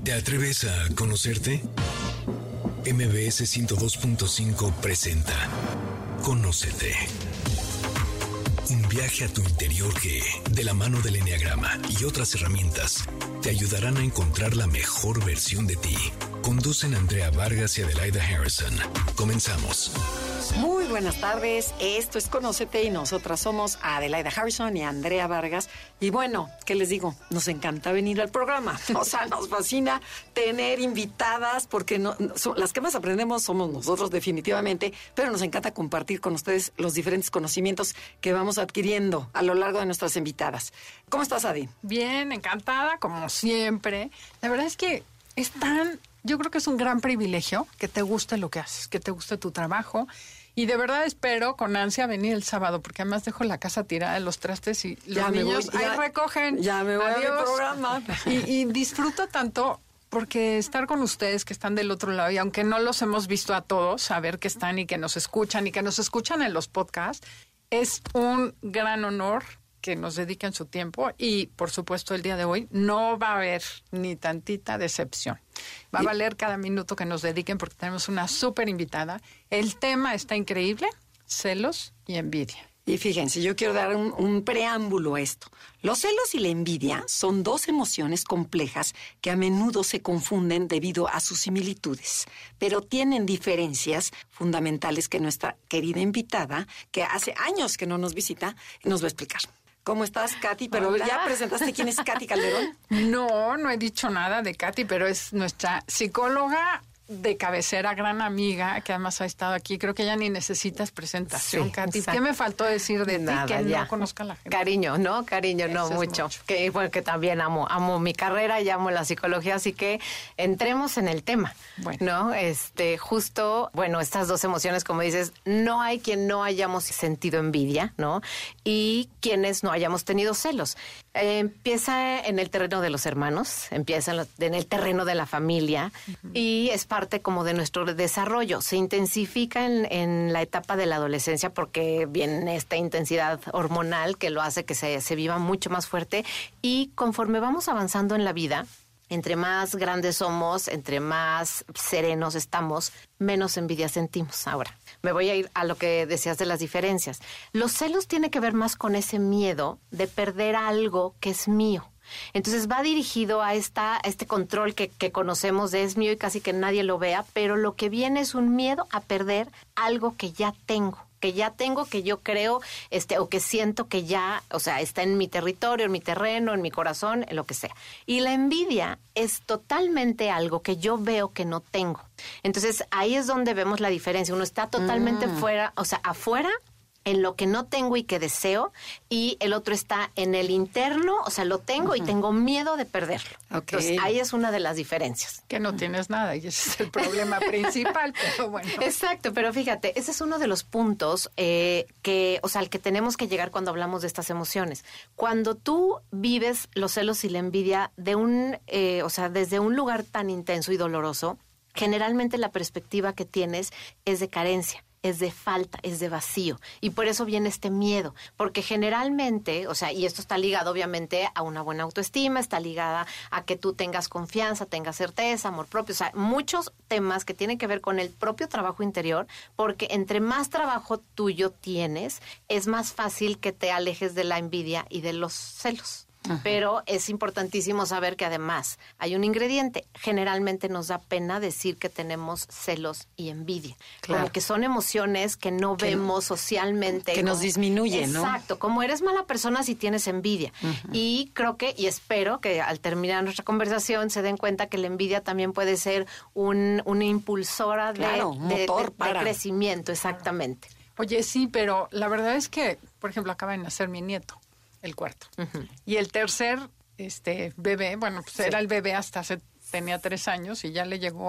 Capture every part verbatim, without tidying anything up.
¿Te atreves a conocerte? M B S ciento dos punto cinco presenta Conócete. Un viaje a tu interior que, de la mano del Enneagrama y otras herramientas, te ayudarán a encontrar la mejor versión de ti. Conducen Andrea Vargas y Adelaida Harrison. Comenzamos. Muy buenas tardes, esto es Conócete y nosotras somos Adelaida Harrison y Andrea Vargas. Y bueno, ¿qué les digo? Nos encanta venir al programa, o sea, nos fascina tener invitadas porque no, so, las que más aprendemos somos nosotros definitivamente, pero nos encanta compartir con ustedes los diferentes conocimientos que vamos adquiriendo a lo largo de nuestras invitadas. ¿Cómo estás, Adi? Bien, encantada, como siempre. La verdad es que es tan... Yo creo que es un gran privilegio que te guste lo que haces, que te guste tu trabajo. Y de verdad espero con ansia venir el sábado, porque además dejo la casa tirada de los trastes y los ya niños voy, ya, ahí recogen. Ya me voy Adiós. a mi programa. Y, y disfruto tanto porque estar con ustedes que están del otro lado, y aunque no los hemos visto a todos, saber que están y que nos escuchan y que nos escuchan en los podcasts, es un gran honor que nos dediquen su tiempo y, por supuesto, el día de hoy no va a haber ni tantita decepción. Va a valer cada minuto que nos dediquen porque tenemos una súper invitada. El tema está increíble, celos y envidia. Y fíjense, yo quiero dar un, un preámbulo a esto. Los celos y la envidia son dos emociones complejas que a menudo se confunden debido a sus similitudes, pero tienen diferencias fundamentales que nuestra querida invitada, que hace años que no nos visita, nos va a explicar. ¿Cómo estás, Katy? Pero Hola. ¿Ya presentaste quién es Katy Calderón? No, no he dicho nada de Katy, pero es nuestra psicóloga de cabecera, gran amiga, que además ha estado aquí. Creo que ya ni necesitas presentación, Sí, Katy. exacto. ¿Qué me faltó decir de Nada, ti que ya. no conozca la gente? Cariño, ¿no? Cariño, no, Eso es mucho. mucho. Que bueno, que también amo, amo mi carrera y amo la psicología, así que entremos en el tema. Bueno. ¿No? Este, justo, bueno, estas dos emociones, como dices, no hay quien no hayamos sentido envidia, ¿no? Y quienes no hayamos tenido celos. Eh, empieza en el terreno de los hermanos, empieza en, lo, en el terreno de la familia, uh-huh. Y es parte como de nuestro desarrollo. Se intensifica en, en la etapa de la adolescencia porque viene esta intensidad hormonal que lo hace que se, se viva mucho más fuerte, y conforme vamos avanzando en la vida, entre más grandes somos, entre más serenos estamos, menos envidia sentimos. Ahora, me voy a ir a lo que decías de las diferencias. Los celos tienen que ver más con ese miedo de perder algo que es mío. Entonces va dirigido a esta a este control que, que conocemos de es mío y casi que nadie lo vea, pero lo que viene es un miedo a perder algo que ya tengo. que ya tengo, que yo creo, este, o que siento que ya, o sea, está en mi territorio, en mi terreno, en mi corazón, en lo que sea. Y la envidia es totalmente algo que yo veo que no tengo. Entonces, ahí es donde vemos la diferencia. Uno está totalmente Mm. fuera, o sea, afuera, en lo que no tengo y que deseo, y el otro está en el interno, o sea, lo tengo, uh-huh. y tengo miedo de perderlo. Okay. Entonces, ahí es una de las diferencias. Que no tienes nada y ese es el problema principal, pero bueno. Exacto, pero fíjate, ese es uno de los puntos eh, que, o sea, al que tenemos que llegar cuando hablamos de estas emociones. Cuando tú vives los celos y la envidia de un, eh, o sea, desde un lugar tan intenso y doloroso, generalmente la perspectiva que tienes es de carencia, es de falta, es de vacío. Y por eso viene este miedo. Porque generalmente, o sea, y esto está ligado obviamente a una buena autoestima, está ligada a que tú tengas confianza, tengas certeza, amor propio. O sea, muchos temas que tienen que ver con el propio trabajo interior, porque entre más trabajo tuyo tienes, es más fácil que te alejes de la envidia y de los celos. Ajá. Pero es importantísimo saber que además hay un ingrediente. Generalmente nos da pena decir que tenemos celos y envidia. Claro. Como que son emociones que no que, vemos socialmente. Que como, nos disminuyen, ¿no? Exacto. Como eres mala persona si tienes envidia. Ajá. Y creo que, y espero que al terminar nuestra conversación se den cuenta que la envidia también puede ser un, una impulsora de, claro, un de, motor de, para. de crecimiento. Exactamente. Oye, sí, pero la verdad es que, por ejemplo, acaba de nacer mi nieto. El cuarto. Uh-huh. Y el tercer este bebé, bueno, pues sí. Era el bebé hasta hace, tenía tres años y ya le llegó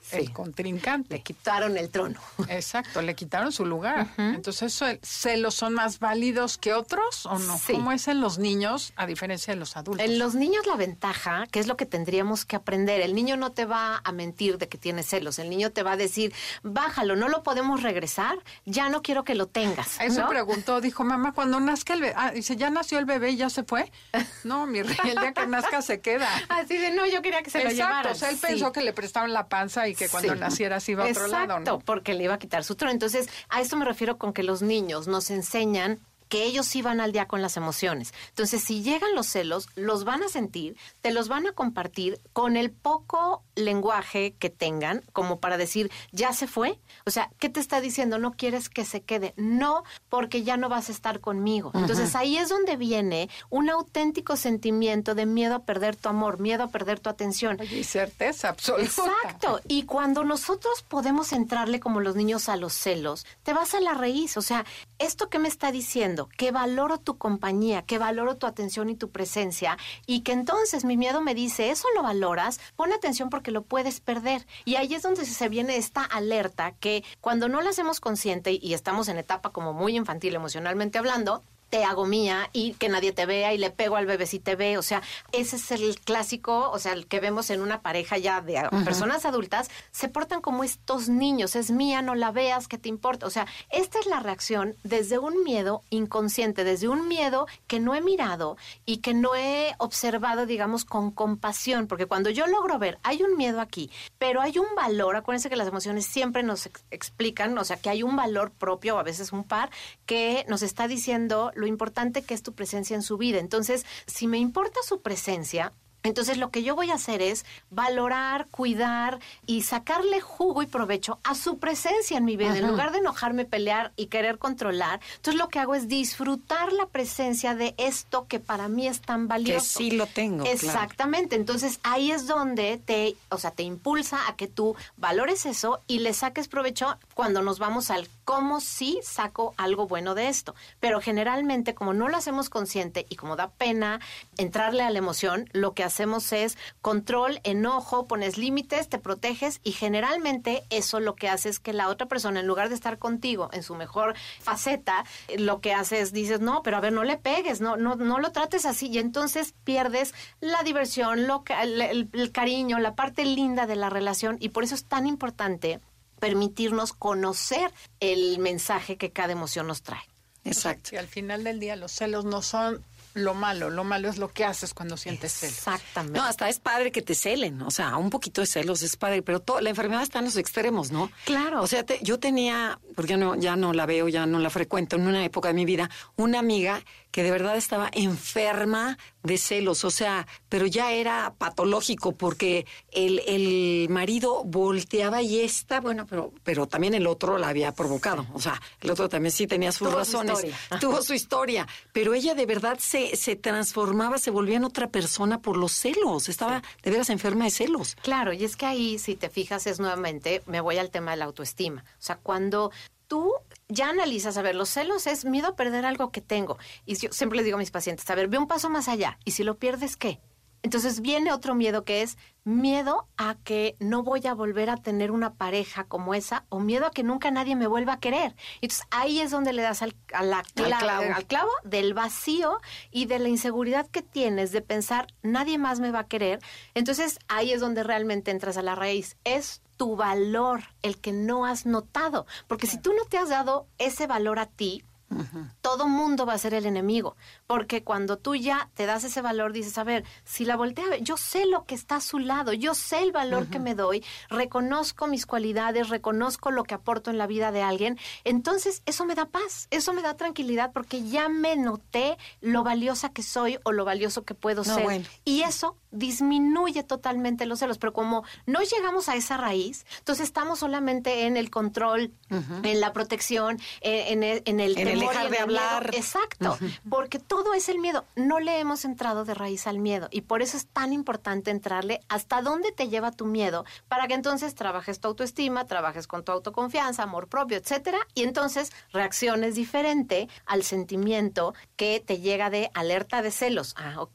sí. el contrincante. Le quitaron el trono. Exacto, le quitaron su lugar. Uh-huh. Entonces, ¿eso, ¿celos son más válidos que otros o no? Sí. ¿Cómo es en los niños a diferencia de los adultos? En los niños la ventaja, que es lo que tendríamos que aprender, el niño no te va a mentir de que tiene celos, el niño te va a decir, bájalo, no lo podemos regresar, ya no quiero que lo tengas. Eso ¿no? preguntó, dijo, mamá, cuando nazca el bebé, ah, dice, ¿ya nació el bebé y ya se fue? No, mi rey, el día que nazca se queda. Así de, no, yo quería que se Exacto, lo llevaran. O sea, él sí. pensó que le prestaban la panza y que cuando sí. naciera se iba a otro Exacto, lado, ¿no? porque le iba a quitar su trono. Entonces, a esto me refiero con que los niños nos enseñan que ellos sí van al día con las emociones. Entonces, si llegan los celos, los van a sentir, te los van a compartir con el poco lenguaje que tengan, como para decir, ya se fue. O sea, ¿qué te está diciendo? No quieres que se quede. No, porque ya no vas a estar conmigo. Uh-huh. Entonces, ahí es donde viene un auténtico sentimiento de miedo a perder tu amor, miedo a perder tu atención. Y certeza absoluta. Exacto. Y cuando nosotros podemos entrarle como los niños a los celos, te vas a la raíz. O sea, ¿esto qué me está diciendo? Que valoro tu compañía, que valoro tu atención y tu presencia, y que entonces mi miedo me dice, eso lo valoras, pon atención porque lo puedes perder. Y ahí es donde se viene esta alerta que cuando no la hacemos consciente y estamos en etapa como muy infantil emocionalmente hablando, te hago mía y que nadie te vea y le pego al bebé si te ve. O sea, ese es el clásico, o sea, el que vemos en una pareja ya de uh-huh. personas adultas, se portan como estos niños, es mía, no la veas, ¿qué te importa? O sea, esta es la reacción desde un miedo inconsciente, desde un miedo que no he mirado y que no he observado, digamos, con compasión, porque cuando yo logro ver, hay un miedo aquí, pero hay un valor, acuérdense que las emociones siempre nos ex- explican, o sea, que hay un valor propio, o a veces un par, que nos está diciendo lo importante que es tu presencia en su vida. Entonces, si me importa su presencia, entonces lo que yo voy a hacer es valorar, cuidar y sacarle jugo y provecho a su presencia en mi vida. Ajá. En lugar de enojarme, pelear y querer controlar, entonces lo que hago es disfrutar la presencia de esto que para mí es tan valioso. Que sí lo tengo. Exactamente. Claro. Entonces ahí es donde te, o sea, te impulsa a que tú valores eso y le saques provecho cuando nos vamos al cómo sí saco algo bueno de esto. Pero generalmente, como no lo hacemos consciente y como da pena entrarle a la emoción, lo que hacemos es control, enojo, pones límites, te proteges y generalmente eso lo que hace es que la otra persona, en lugar de estar contigo en su mejor faceta, lo que hace es dices, no, pero a ver, no le pegues, no no no lo trates así, y entonces pierdes la diversión, lo, el, el, el cariño, la parte linda de la relación, y por eso es tan importante permitirnos conocer el mensaje que cada emoción nos trae. Exacto. Y al final del día los celos no son lo malo, lo malo es lo que haces cuando sientes celos. Exactamente. No, hasta es padre que te celen, o sea, un poquito de celos es padre, pero todo, la enfermedad está en los extremos, ¿no? Claro. O sea, te, yo tenía, porque ya no, ya no la veo, ya no la frecuento, en una época de mi vida, una amiga que de verdad estaba enferma de celos, o sea, pero ya era patológico porque el, el marido volteaba y esta, bueno, pero, pero también el otro la había provocado, o sea, el otro también sí tenía sus tuvo razones, su historia. tuvo su historia, pero ella de verdad se, se transformaba, se volvía en otra persona por los celos, estaba de veras enferma de celos. Claro, y es que ahí, si te fijas, es nuevamente, me voy al tema de la autoestima, o sea, cuando tú ya analizas, a ver, los celos es miedo a perder algo que tengo. Y yo siempre les digo a mis pacientes, a ver, ve un paso más allá. ¿Y si lo pierdes, qué? Entonces viene otro miedo que es miedo a que no voy a volver a tener una pareja como esa, o miedo a que nunca nadie me vuelva a querer. Entonces ahí es donde le das al, a la clavo, al, clavo. al clavo del vacío y de la inseguridad que tienes de pensar nadie más me va a querer. Entonces ahí es donde realmente entras a la raíz. Es tu valor el que no has notado. Porque si tú no te has dado ese valor a ti, uh-huh. todo mundo va a ser el enemigo, porque cuando tú ya te das ese valor, dices, a ver, si la voltea a ver, yo sé lo que está a su lado, yo sé el valor uh-huh. que me doy, reconozco mis cualidades, reconozco lo que aporto en la vida de alguien, entonces eso me da paz, eso me da tranquilidad, porque ya me noté lo valiosa que soy o lo valioso que puedo no, ser, bueno. y eso disminuye totalmente los celos, pero como no llegamos a esa raíz, entonces estamos solamente en el control, uh-huh. en la protección, en, en el, en el en temor el dejar y en de el hablar. Miedo. Exacto, uh-huh. porque todo es el miedo. No le hemos entrado de raíz al miedo y por eso es tan importante entrarle hasta dónde te lleva tu miedo para que entonces trabajes tu autoestima, trabajes con tu autoconfianza, amor propio, etcétera, y entonces reacciones diferente al sentimiento que te llega de alerta de celos. Ah, ok,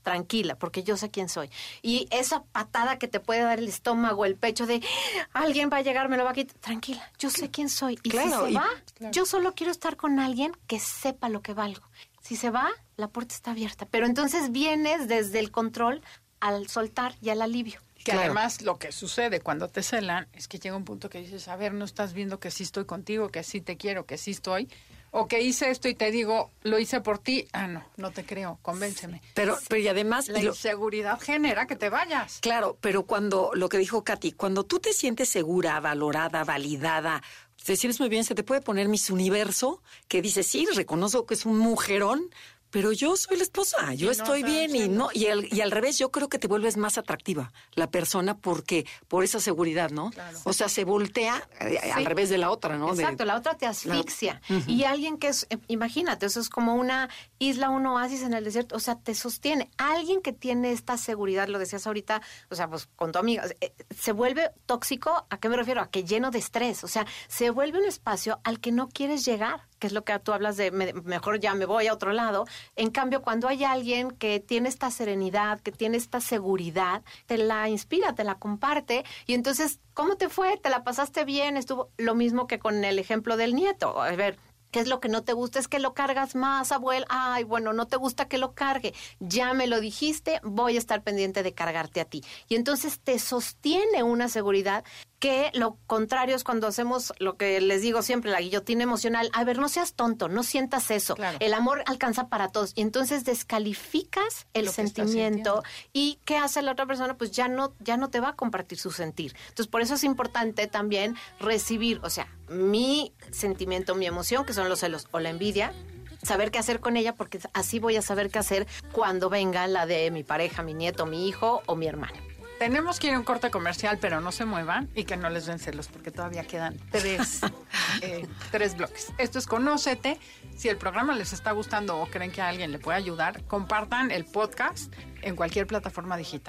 tranquila, porque yo sé quién soy. Y esa patada que te puede dar el estómago, el pecho de alguien va a llegar, me lo va a quitar, tranquila, yo sé quién soy. Y claro, si se y, va, claro. yo solo quiero estar con alguien que sepa lo que valgo. Si se va, la puerta está abierta. Pero entonces vienes desde el control al soltar y al alivio. Que Claro. además lo que sucede cuando te celan es que llega un punto que dices, a ver, no estás viendo que sí estoy contigo, que sí te quiero, que sí estoy, o que hice esto y te digo, lo hice por ti. Ah, no, no te creo, convénceme. Pero, pero y además... La y lo- inseguridad genera que te vayas. Claro, pero cuando, lo que dijo Katy, cuando tú te sientes segura, valorada, validada, te sientes muy bien, se te puede poner Miss Universo, que dice, sí, reconozco que es un mujerón, pero yo soy la esposa, yo no estoy te bien y entiendo. no y al, y al revés, yo creo que te vuelves más atractiva la persona porque por esa seguridad, ¿no? Claro. O sea, se voltea eh, Sí. al revés de la otra, ¿no? De- Exacto, la otra te asfixia. Y alguien que es, eh, imagínate, eso es como una isla, un oasis en el desierto, o sea, te sostiene. Alguien que tiene esta seguridad, lo decías ahorita, o sea, pues con tu amiga, eh, se vuelve tóxico, ¿a qué me refiero? A que lleno de estrés, o sea, se vuelve un espacio al que no quieres llegar, que es lo que tú hablas de, me- mejor ya me voy a otro lado. En cambio, cuando hay alguien que tiene esta serenidad, que tiene esta seguridad, te la inspira, te la comparte, y entonces, ¿cómo te fue? ¿Te la pasaste bien? Estuvo lo mismo que con el ejemplo del nieto. A ver, ¿qué es lo que no te gusta? Es que lo cargas más, abuela. Ay, bueno, no te gusta que lo cargue. Ya me lo dijiste, voy a estar pendiente de cargarte a ti. Y entonces te sostiene una seguridad que lo contrario es cuando hacemos lo que les digo siempre, la guillotina emocional. A ver, no seas tonto, no sientas eso. Claro. El amor alcanza para todos. Y entonces descalificas el Lo que estás sentimiento. sintiendo. ¿Y qué hace la otra persona? Pues ya no, ya no te va a compartir su sentir. Entonces, por eso es importante también recibir, o sea, mi sentimiento, mi emoción, que son los celos o la envidia, saber qué hacer con ella, porque así voy a saber qué hacer cuando venga la de mi pareja, mi nieto, mi hijo o mi hermano. Tenemos que ir a un corte comercial, pero no se muevan y que no les den celos, porque todavía quedan tres, eh, tres bloques. Esto es Conócete. Si el programa les está gustando o creen que a alguien le puede ayudar, compartan el podcast en cualquier plataforma digital.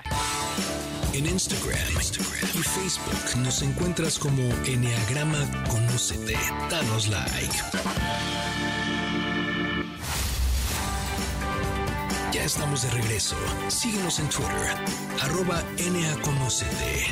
En Instagram, Instagram y Facebook nos encuentras como Enneagrama Conócete. Danos like. Ya estamos de regreso. Síguenos en Twitter, arroba Enneaconócete.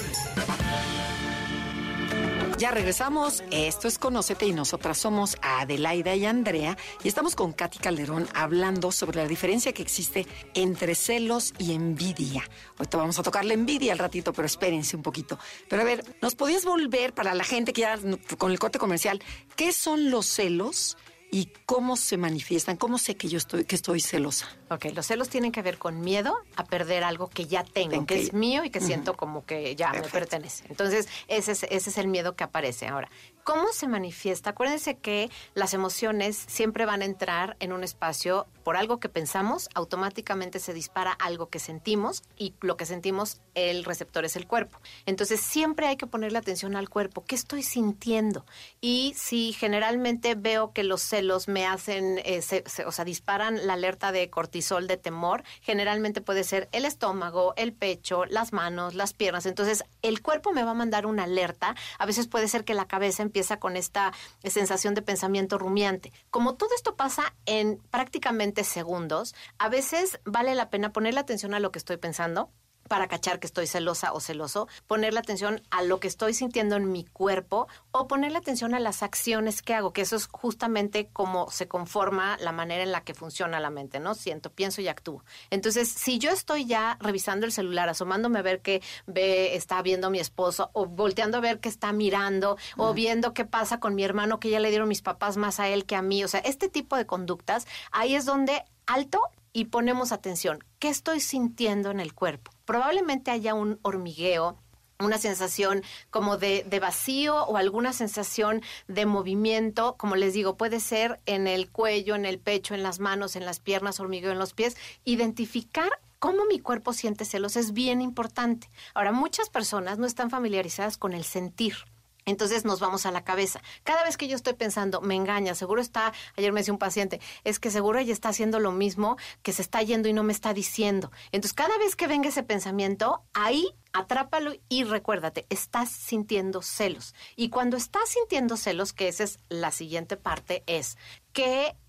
Ya regresamos, esto es Conócete y nosotras somos Adelaida y Andrea y estamos con Katy Calderón hablando sobre la diferencia que existe entre celos y envidia. Ahorita vamos a tocar la envidia al ratito, pero espérense un poquito. Pero a ver, ¿nos podías volver para la gente que ya con el corte comercial, qué son los celos y cómo se manifiestan? ¿Cómo sé que yo estoy, que estoy celosa? Ok, los celos tienen que ver con miedo a perder algo que ya tengo, Tengo que que- es mío y que siento como que ya me Perfecto. pertenece. Entonces, ese es, ese es el miedo que aparece. Ahora, ¿cómo se manifiesta? Acuérdense que las emociones siempre van a entrar en un espacio por algo que pensamos, automáticamente se dispara algo que sentimos y lo que sentimos, el receptor es el cuerpo. Entonces, siempre hay que ponerle atención al cuerpo. ¿Qué estoy sintiendo? Y si generalmente veo que los celos me hacen, eh, se- se- o sea, disparan la alerta de cortisol, de temor, generalmente puede ser el estómago, el pecho, las manos, las piernas. Entonces, el cuerpo me va a mandar una alerta. A veces puede ser que la cabeza empieza con esta sensación de pensamiento rumiante. Como todo esto pasa en prácticamente segundos, a veces vale la pena ponerle atención a lo que estoy pensando para cachar que estoy celosa o celoso, ponerle atención a lo que estoy sintiendo en mi cuerpo o ponerle atención a las acciones que hago, que eso es justamente cómo se conforma la manera en la que funciona la mente, ¿no? Siento, pienso y actúo. Entonces, si yo estoy ya revisando el celular, asomándome a ver qué ve, está viendo mi esposo, o volteando a ver qué está mirando, o viendo qué pasa con mi hermano, que ya le dieron mis papás más a él que a mí, o sea, este tipo de conductas, ahí es donde alto y ponemos atención. ¿Qué estoy sintiendo en el cuerpo? Probablemente haya un hormigueo, una sensación como de, de vacío o alguna sensación de movimiento, como les digo, puede ser en el cuello, en el pecho, en las manos, en las piernas, hormigueo en los pies. Identificar cómo mi cuerpo siente celos es bien importante. Ahora, muchas personas no están familiarizadas con el sentir. Entonces nos vamos a la cabeza. Cada vez que yo estoy pensando, me engaña, seguro está, ayer me decía un paciente, es que seguro ella está haciendo lo mismo, que se está yendo y no me está diciendo. Entonces cada vez que venga ese pensamiento, ahí atrápalo y recuérdate, estás sintiendo celos. Y cuando estás sintiendo celos, que esa es la siguiente parte, es que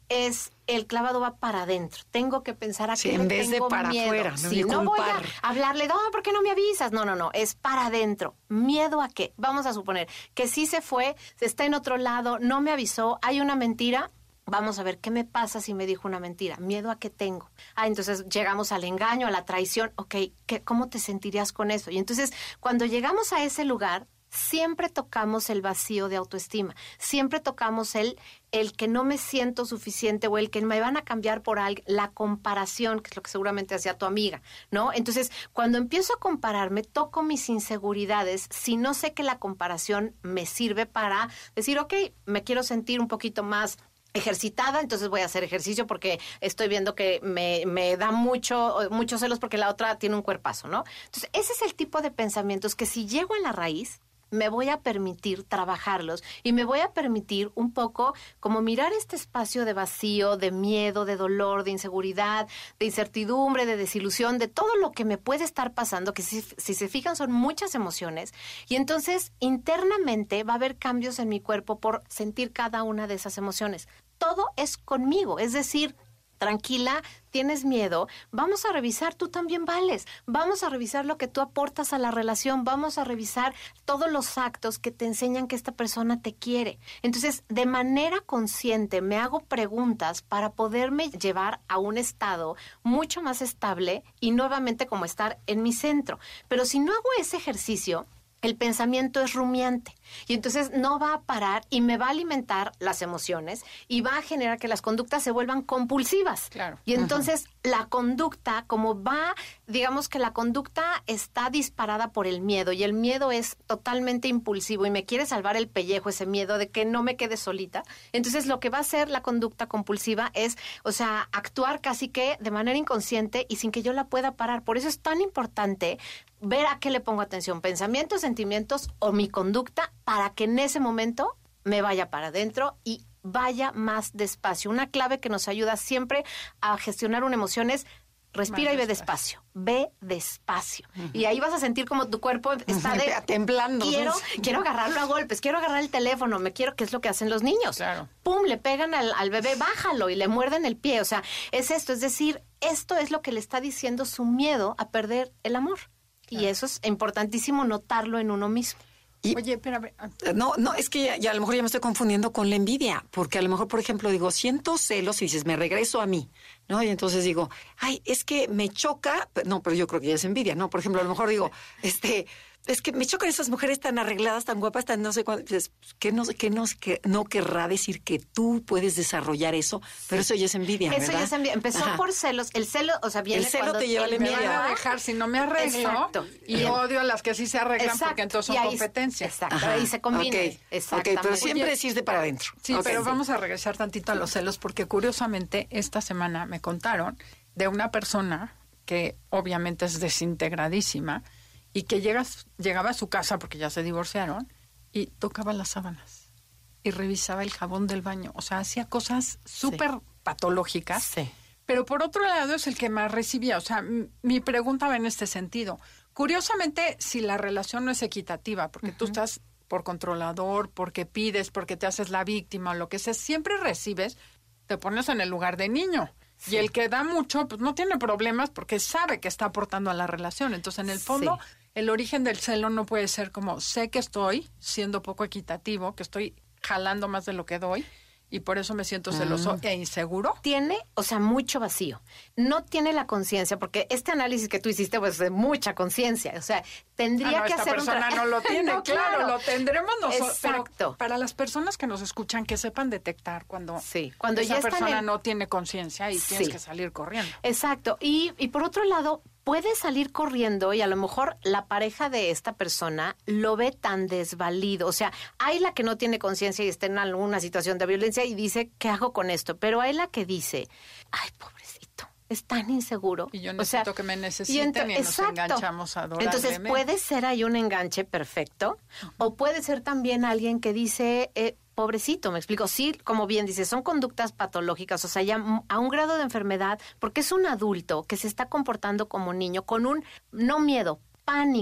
es el clavado va para adentro. Tengo que pensar a sí, qué en le vez tengo de para miedo. afuera, no, sí, no voy a hablarle, no, ¿por qué no me avisas? No, no, no, es para adentro. ¿Miedo a qué? Vamos a suponer que sí se fue, se está en otro lado, no me avisó, hay una mentira. Vamos a ver, ¿qué me pasa si me dijo una mentira? ¿Miedo a qué tengo? Ah, entonces llegamos al engaño, a la traición. Ok, ¿qué, ¿cómo te sentirías con eso? Y entonces, cuando llegamos a ese lugar, siempre tocamos el vacío de autoestima. Siempre tocamos el, el que no me siento suficiente o el que me van a cambiar por algo. La comparación, que es lo que seguramente hacía tu amiga, ¿no? Entonces, cuando empiezo a compararme, toco mis inseguridades. Si no sé que la comparación me sirve para decir, ok, me quiero sentir un poquito más ejercitada, entonces voy a hacer ejercicio porque estoy viendo que me, me da mucho, muchos celos porque la otra tiene un cuerpazo, ¿no? Entonces, ese es el tipo de pensamientos que si llego a la raíz, me voy a permitir trabajarlos y me voy a permitir un poco como mirar este espacio de vacío, de miedo, de dolor, de inseguridad, de incertidumbre, de desilusión, de todo lo que me puede estar pasando, que si, si se fijan son muchas emociones, y entonces internamente va a haber cambios en mi cuerpo por sentir cada una de esas emociones. Todo es conmigo, es decir, tranquila, tienes miedo, vamos a revisar, tú también vales, vamos a revisar lo que tú aportas a la relación, vamos a revisar todos los actos que te enseñan que esta persona te quiere. Entonces, de manera consciente me hago preguntas para poderme llevar a un estado mucho más estable y nuevamente como estar en mi centro. Pero si no hago ese ejercicio, el pensamiento es rumiante y entonces no va a parar y me va a alimentar las emociones y va a generar que las conductas se vuelvan compulsivas. Claro. Y entonces uh-huh. la conducta, como va, digamos que la conducta está disparada por el miedo y el miedo es totalmente impulsivo y me quiere salvar el pellejo, ese miedo de que no me quede solita. Entonces lo que va a hacer la conducta compulsiva es, o sea, actuar casi que de manera inconsciente y sin que yo la pueda parar. Por eso es tan importante ver a qué le pongo atención, pensamientos, sentimientos o mi conducta, para que en ese momento me vaya para adentro y vaya más despacio. Una clave que nos ayuda siempre a gestionar una emoción es respira y ve despacio. Ve despacio. Uh-huh. Y ahí vas a sentir como tu cuerpo está de temblando. Quiero, quiero agarrarlo a golpes, quiero agarrar el teléfono, me quiero, que es lo que hacen los niños. Claro. Pum, le pegan al, al bebé, bájalo y le muerden el pie. O sea, es esto, es decir, esto es lo que le está diciendo su miedo a perder el amor. Claro. Y eso es importantísimo notarlo en uno mismo. Y, Oye, espérame. No, no, es que ya, ya a lo mejor ya me estoy confundiendo con la envidia, porque a lo mejor, por ejemplo, digo, siento celos y dices, me regreso a mí, ¿no? Y entonces digo, ay, es que me choca, no, pero yo creo que ya es envidia, ¿no? Por ejemplo, a lo mejor digo, este... es que me chocan esas mujeres tan arregladas, tan guapas, tan no sé cuánto. ¿Qué no, qué no, qué no querrá decir que tú puedes desarrollar eso? Pero eso ya es envidia, Eso ¿verdad? ya es envidia. Empezó Ajá. por celos. El celo, o sea, viene El celo cuando te lleva a la Me envidia. van a dejar si no me arreglo. Exacto. Y odio a las que sí se arreglan. Exacto. Porque entonces son Y ahí- competencia. Exacto, Ajá. ahí se combina. Ok, Exactamente. ok, pero siempre Oye, es ir de para adentro. Sí, Ok, pero vamos a regresar tantito a los celos porque curiosamente esta semana me contaron de una persona que obviamente es desintegradísima y que llega, llegaba a su casa porque ya se divorciaron y tocaba las sábanas y revisaba el jabón del baño. O sea, hacía cosas súper patológicas. Sí. Pero por otro lado es el que más recibía. O sea, m- mi pregunta va en este sentido. Curiosamente, si la relación no es equitativa, porque tú estás por controlador, porque pides, porque te haces la víctima o lo que sea, siempre recibes, te pones en el lugar de niño. Sí. Y el que da mucho, pues no tiene problemas porque sabe que está aportando a la relación. Entonces, en el fondo, Sí. el origen del celo no puede ser como, sé que estoy siendo poco equitativo, que estoy jalando más de lo que doy, y por eso me siento celoso e inseguro. Tiene, o sea, mucho vacío. No tiene la conciencia, porque este análisis que tú hiciste, pues, de mucha conciencia. O sea, tendría Ah, no, que esta hacer persona un tra- no lo tiene, No, claro, lo tendremos nosotros. Exacto. Pero para las personas que nos escuchan, que sepan detectar cuando, Sí, cuando esa ya están persona en- no tiene conciencia y tienes Sí. que salir corriendo. Exacto. Y, y por otro lado, puede salir corriendo y a lo mejor la pareja de esta persona lo ve tan desvalido. O sea, hay la que no tiene conciencia y está en alguna situación de violencia y dice, ¿qué hago con esto? Pero hay la que dice, ay, pobrecito, es tan inseguro. Y yo O necesito sea, que me y necesiten y, ento- nos exacto. enganchamos adorablemente. Entonces puede ser ahí un enganche perfecto o puede ser también alguien que dice, eh, pobrecito, me explico, sí, como bien dice, son conductas patológicas, o sea, ya m- a un grado de enfermedad, porque es un adulto que se está comportando como niño con un, no miedo, pánico,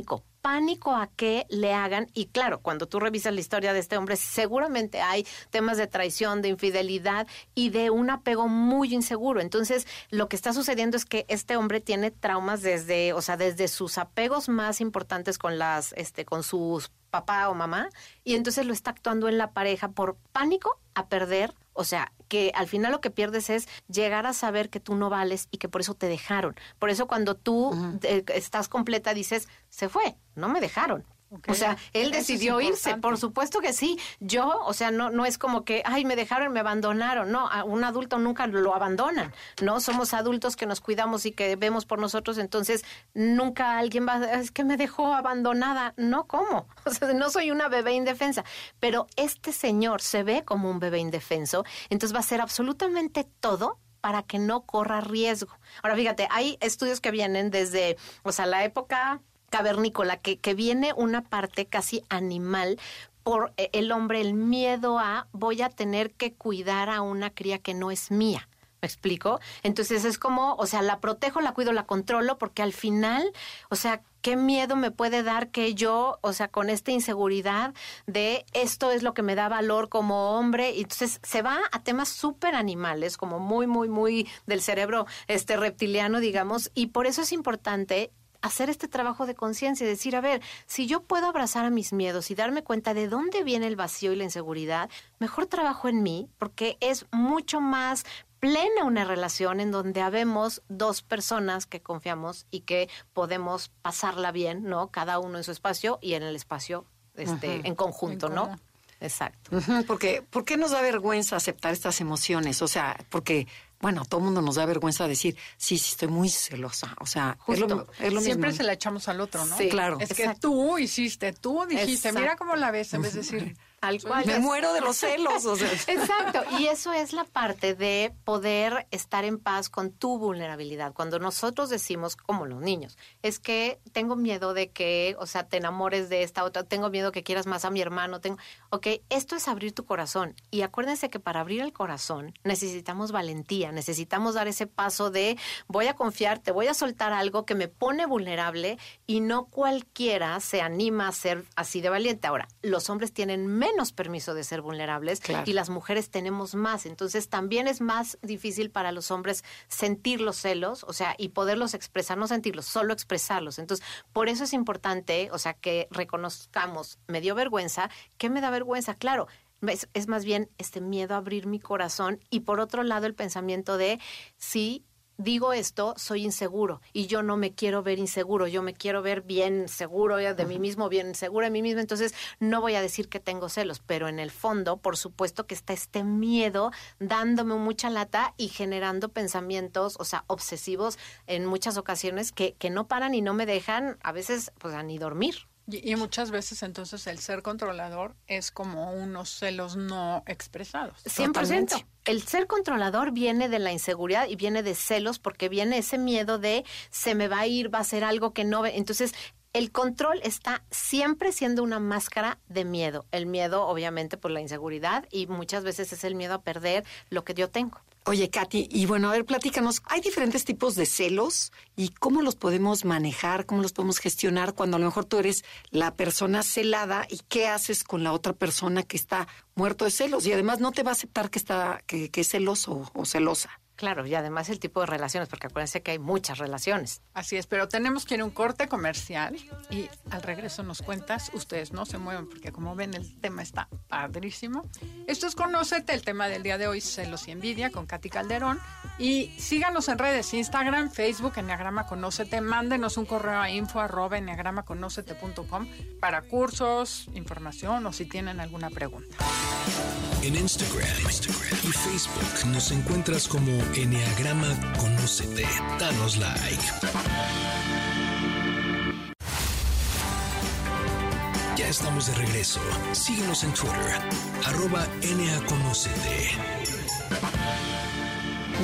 pánico a que le hagan, y claro, cuando tú revisas la historia de este hombre, seguramente hay temas de traición, de infidelidad y de un apego muy inseguro. Entonces, lo que está sucediendo es que este hombre tiene traumas desde, o sea, desde sus apegos más importantes con las, este, con sus papá o mamá, y entonces lo está actuando en la pareja por pánico a perder. O sea, que al final lo que pierdes es llegar a saber que tú no vales y que por eso te dejaron. Por eso cuando tú uh-huh. eh, estás completa dices, se fue, no me dejaron. Okay. O sea, él eso decidió irse, por supuesto que sí. Yo, o sea, no no es como que, ay, me dejaron, me abandonaron. No, a un adulto nunca lo abandonan, ¿no? Somos adultos que nos cuidamos y que vemos por nosotros, entonces nunca alguien va, es que me dejó abandonada. No, ¿cómo? O sea, no soy una bebé indefensa. Pero este señor se ve como un bebé indefenso, entonces va a hacer absolutamente todo para que no corra riesgo. Ahora, fíjate, hay estudios que vienen desde, o sea, la época cavernícola, que, que viene una parte casi animal por el hombre, el miedo a voy a tener que cuidar a una cría que no es mía. ¿Me explico? Entonces es como, o sea, la protejo, la cuido, la controlo, porque al final, o sea, qué miedo me puede dar que yo, o sea, con esta inseguridad de esto es lo que me da valor como hombre. Y entonces se va a temas súper animales, como muy, muy, muy del cerebro este reptiliano, digamos, y por eso es importante hacer este trabajo de conciencia y decir, a ver, si yo puedo abrazar a mis miedos y darme cuenta de dónde viene el vacío y la inseguridad, mejor trabajo en mí, porque es mucho más plena una relación en donde habemos dos personas que confiamos y que podemos pasarla bien, ¿no? Cada uno en su espacio y en el espacio este, en conjunto, en ¿no? Exacto. Uh-huh, porque, ¿por qué nos da vergüenza aceptar estas emociones? O sea, porque, bueno, a todo mundo nos da vergüenza decir, sí, sí, estoy muy celosa. O sea, justo, es lo, es lo siempre mismo. Se la echamos al otro, ¿no? Sí, claro. Es Exacto. que tú hiciste, tú dijiste, Exacto. Mira cómo la ves, en vez de decir... Al cual. Me muero de los celos. O sea. Exacto, y eso es la parte de poder estar en paz con tu vulnerabilidad. Cuando nosotros decimos, como los niños, es que tengo miedo de que, o sea, te enamores de esta otra, tengo miedo que quieras más a mi hermano, tengo, ok, esto es abrir tu corazón. Y acuérdense que para abrir el corazón necesitamos valentía, necesitamos dar ese paso de voy a confiar, te voy a soltar algo que me pone vulnerable, y no cualquiera se anima a ser así de valiente. Ahora, los hombres tienen menos permiso de ser vulnerables, claro, y las mujeres tenemos más. Entonces también es más difícil para los hombres sentir los celos, o sea, y poderlos expresar, no sentirlos, solo expresarlos. Entonces, por eso es importante, o sea, que reconozcamos, me dio vergüenza. ¿Qué me da vergüenza? Claro, es, es más bien este miedo a abrir mi corazón, y por otro lado el pensamiento de sí, digo esto, soy inseguro y yo no me quiero ver inseguro, yo me quiero ver bien seguro de uh-huh. mí mismo, bien seguro de mí mismo, entonces no voy a decir que tengo celos, pero en el fondo, por supuesto que está este miedo dándome mucha lata y generando pensamientos, o sea, obsesivos en muchas ocasiones que, que no paran y no me dejan a veces pues a ni dormir. Y, y muchas veces entonces el ser controlador es como unos celos no expresados. cien por ciento. El ser controlador viene de la inseguridad y viene de celos, porque viene ese miedo de se me va a ir, va a ser algo que no ve. Entonces, el control está siempre siendo una máscara de miedo. El miedo, obviamente, por la inseguridad, y muchas veces es el miedo a perder lo que yo tengo. Oye, Katy, y bueno, a ver, platícanos, ¿hay diferentes tipos de celos y cómo los podemos manejar, cómo los podemos gestionar cuando a lo mejor tú eres la persona celada y qué haces con la otra persona que está muerto de celos y además no te va a aceptar que está que, que es celoso o celosa? Claro, y además el tipo de relaciones, porque acuérdense que hay muchas relaciones. Así es, pero tenemos que ir a un corte comercial y al regreso nos cuentas, ustedes no se mueven porque como ven el tema está padrísimo. Esto es Conócete, el tema del día de hoy, celos y envidia, con Katy Calderón. Y síganos en redes, Instagram, Facebook, Enneagrama Conócete. Mándenos un correo a info arroba enneagramaconócete punto com para cursos, información o si tienen alguna pregunta. En Instagram, Instagram y Facebook nos encuentras como Enneagrama Conócete. Danos like. Ya estamos de regreso. Síguenos en Twitter, arroba Enneaconócete.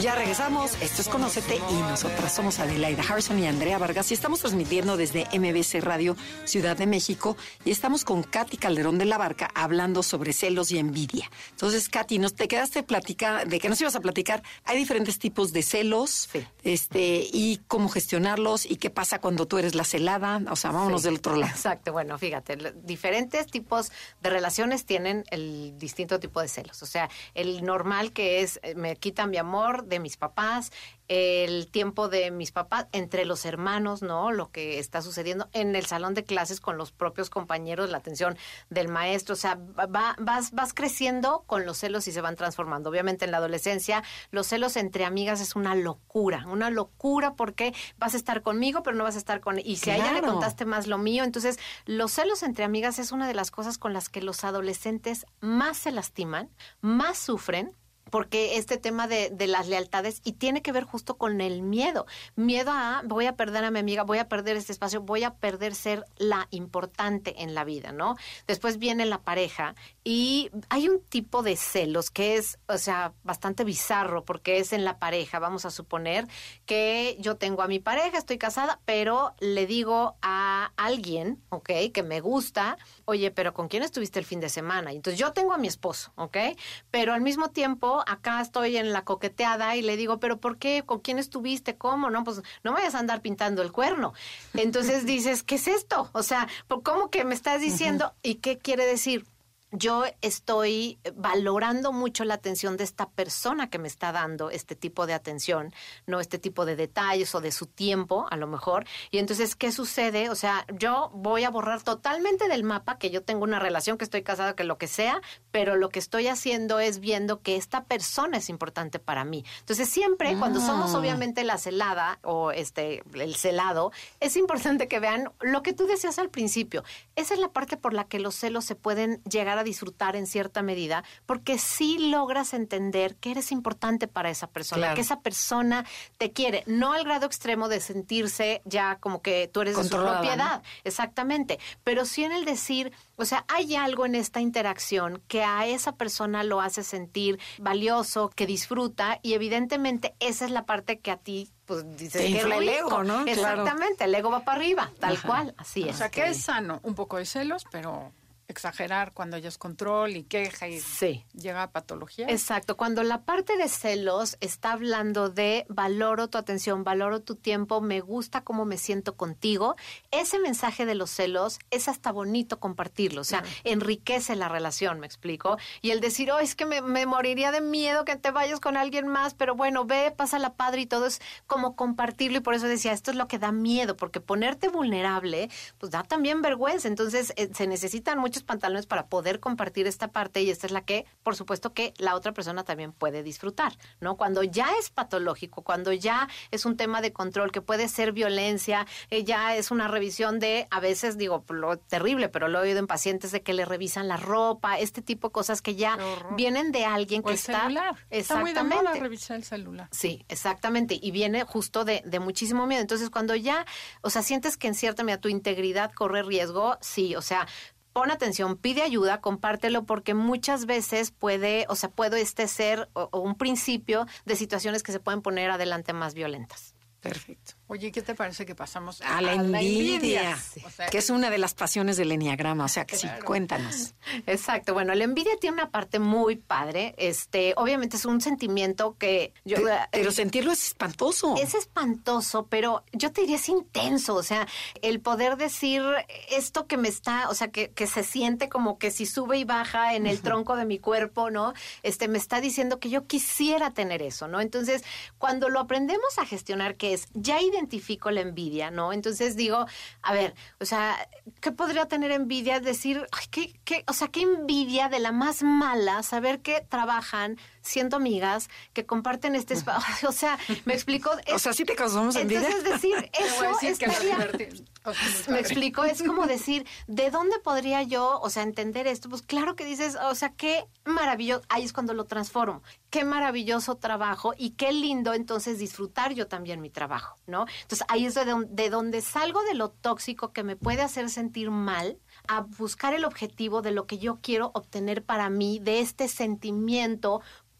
Ya regresamos, esto es Conócete y nosotras somos Adelaida Harrison y Andrea Vargas y estamos transmitiendo desde M B C Radio Ciudad de México y estamos con Katy Calderón de la Barca hablando sobre celos y envidia. Entonces, Katy, nos te quedaste platica, de que nos ibas a platicar, hay diferentes tipos de celos, sí. este, y cómo gestionarlos y qué pasa cuando tú eres la celada, o sea, vámonos Sí. del otro lado. Exacto, bueno, fíjate, lo- diferentes tipos de relaciones tienen el distinto tipo de celos. O sea, el normal que es, eh, me quitan mi amor de mis papás, el tiempo de mis papás entre los hermanos, ¿no? Lo que está sucediendo en el salón de clases con los propios compañeros, la atención del maestro. O sea, va, vas, vas creciendo con los celos y se van transformando. Obviamente en la adolescencia, los celos entre amigas es una locura, una locura porque vas a estar conmigo, pero no vas a estar con... Y si a ella le Claro. contaste más lo mío, entonces los celos entre amigas es una de las cosas con las que los adolescentes más se lastiman, más sufren, porque este tema de, de las lealtades y tiene que ver justo con el miedo. Miedo a voy a perder a mi amiga, voy a perder este espacio, voy a perder ser la importante en la vida, ¿no? Después viene la pareja y hay un tipo de celos que es, o sea, bastante bizarro porque es en la pareja. Vamos a suponer que yo tengo a mi pareja, estoy casada, pero le digo a alguien, ¿ok? Que me gusta, oye, pero ¿con quién estuviste el fin de semana? Y entonces yo tengo a mi esposo, ¿ok? Pero al mismo tiempo acá estoy en la coqueteada y le digo, ¿pero por qué? ¿Con quién estuviste? ¿Cómo? No, pues no me vayas a andar pintando el cuerno. Entonces dices, ¿qué es esto? O sea, ¿cómo que me estás diciendo? Uh-huh. ¿Y qué quiere decir? Yo estoy valorando mucho la atención de esta persona que me está dando este tipo de atención, no este tipo de detalles o de su tiempo, a lo mejor. Y entonces, ¿qué sucede? O sea, yo voy a borrar totalmente del mapa que yo tengo una relación, que estoy casada, que lo que sea, pero lo que estoy haciendo es viendo que esta persona es importante para mí. Entonces, siempre, ah. cuando somos obviamente la celada o este el celado, es importante que vean lo que tú decías al principio. Esa es la parte por la que los celos se pueden llegar a disfrutar en cierta medida, porque sí logras entender que eres importante para esa persona, claro. que esa persona te quiere, no al grado extremo de sentirse ya como que tú eres de su propiedad, ¿no? Exactamente, pero sí en el decir, o sea, hay algo en esta interacción que a esa persona lo hace sentir valioso, que disfruta, y evidentemente esa es la parte que a ti pues dices te infla el ego, ¿no? Exactamente, claro. El ego va para arriba, tal Ajá. cual, así es. O sea, que es sano, un poco de celos, pero exagerar cuando ya es control y queja y sí. llega a patología. Exacto, cuando la parte de celos está hablando de valoro tu atención, valoro tu tiempo, me gusta cómo me siento contigo, ese mensaje de los celos es hasta bonito compartirlo, o sea, uh-huh. enriquece la relación, ¿me explico? Y el decir, oh, es que me, me moriría de miedo que te vayas con alguien más, pero bueno, ve, pasa la padre y todo es como compartirlo, y por eso decía, esto es lo que da miedo, porque ponerte vulnerable, pues da también vergüenza, entonces eh, se necesitan muchos pantalones para poder compartir esta parte, y esta es la que, por supuesto, que la otra persona también puede disfrutar, ¿no? Cuando ya es patológico, cuando ya es un tema de control, que puede ser violencia, eh, ya es una revisión de, a veces digo, lo terrible, pero lo he oído en pacientes de que le revisan la ropa, este tipo de cosas que ya vienen de alguien o que el está... celular. Exactamente. Está muy de moda revisar el celular. Sí, exactamente, y viene justo de, de muchísimo miedo. Entonces, cuando ya, o sea, sientes que en cierta medida tu integridad corre riesgo, sí, o sea, pon atención, pide ayuda, compártelo, porque muchas veces puede, o sea, puede este ser o, o un principio de situaciones que se pueden poner adelante más violentas. Perfecto. Oye, ¿qué te parece que pasamos a, a la envidia? La envidia sí. O sea, que es una de las pasiones del enneagrama, o sea, que claro. sí, cuéntanos. Exacto, bueno, la envidia tiene una parte muy padre, este, obviamente es un sentimiento que... yo Pero, pero eh, sentirlo es espantoso. Es espantoso, pero yo te diría es intenso, o sea, el poder decir esto que me está, o sea, que, que se siente como que si sube y baja en el uh-huh. tronco de mi cuerpo, ¿no? Este, me está diciendo que yo quisiera tener eso, ¿no? Entonces, cuando lo aprendemos a gestionar, que es, ya identifico la envidia, ¿no? Entonces digo, a ver, o sea, ¿qué podría tener envidia? Decir, ay, qué, qué, o sea, qué envidia de la más mala, saber que trabajan siendo amigas, que comparten este espacio, o sea, me explico. Es, o sea, sí te causamos envidia. Entonces decir, eso decir estaría, que o sea, me explico, es como decir, ¿de dónde podría yo, o sea, entender esto? Pues claro que dices, o sea, qué maravilloso, ahí es cuando lo transformo, qué maravilloso trabajo y qué lindo entonces disfrutar yo también mi trabajo, ¿no? Entonces ahí es de donde, de donde salgo de lo tóxico que me puede hacer sentir mal, a buscar el objetivo de lo que yo quiero obtener para mí, de este sentimiento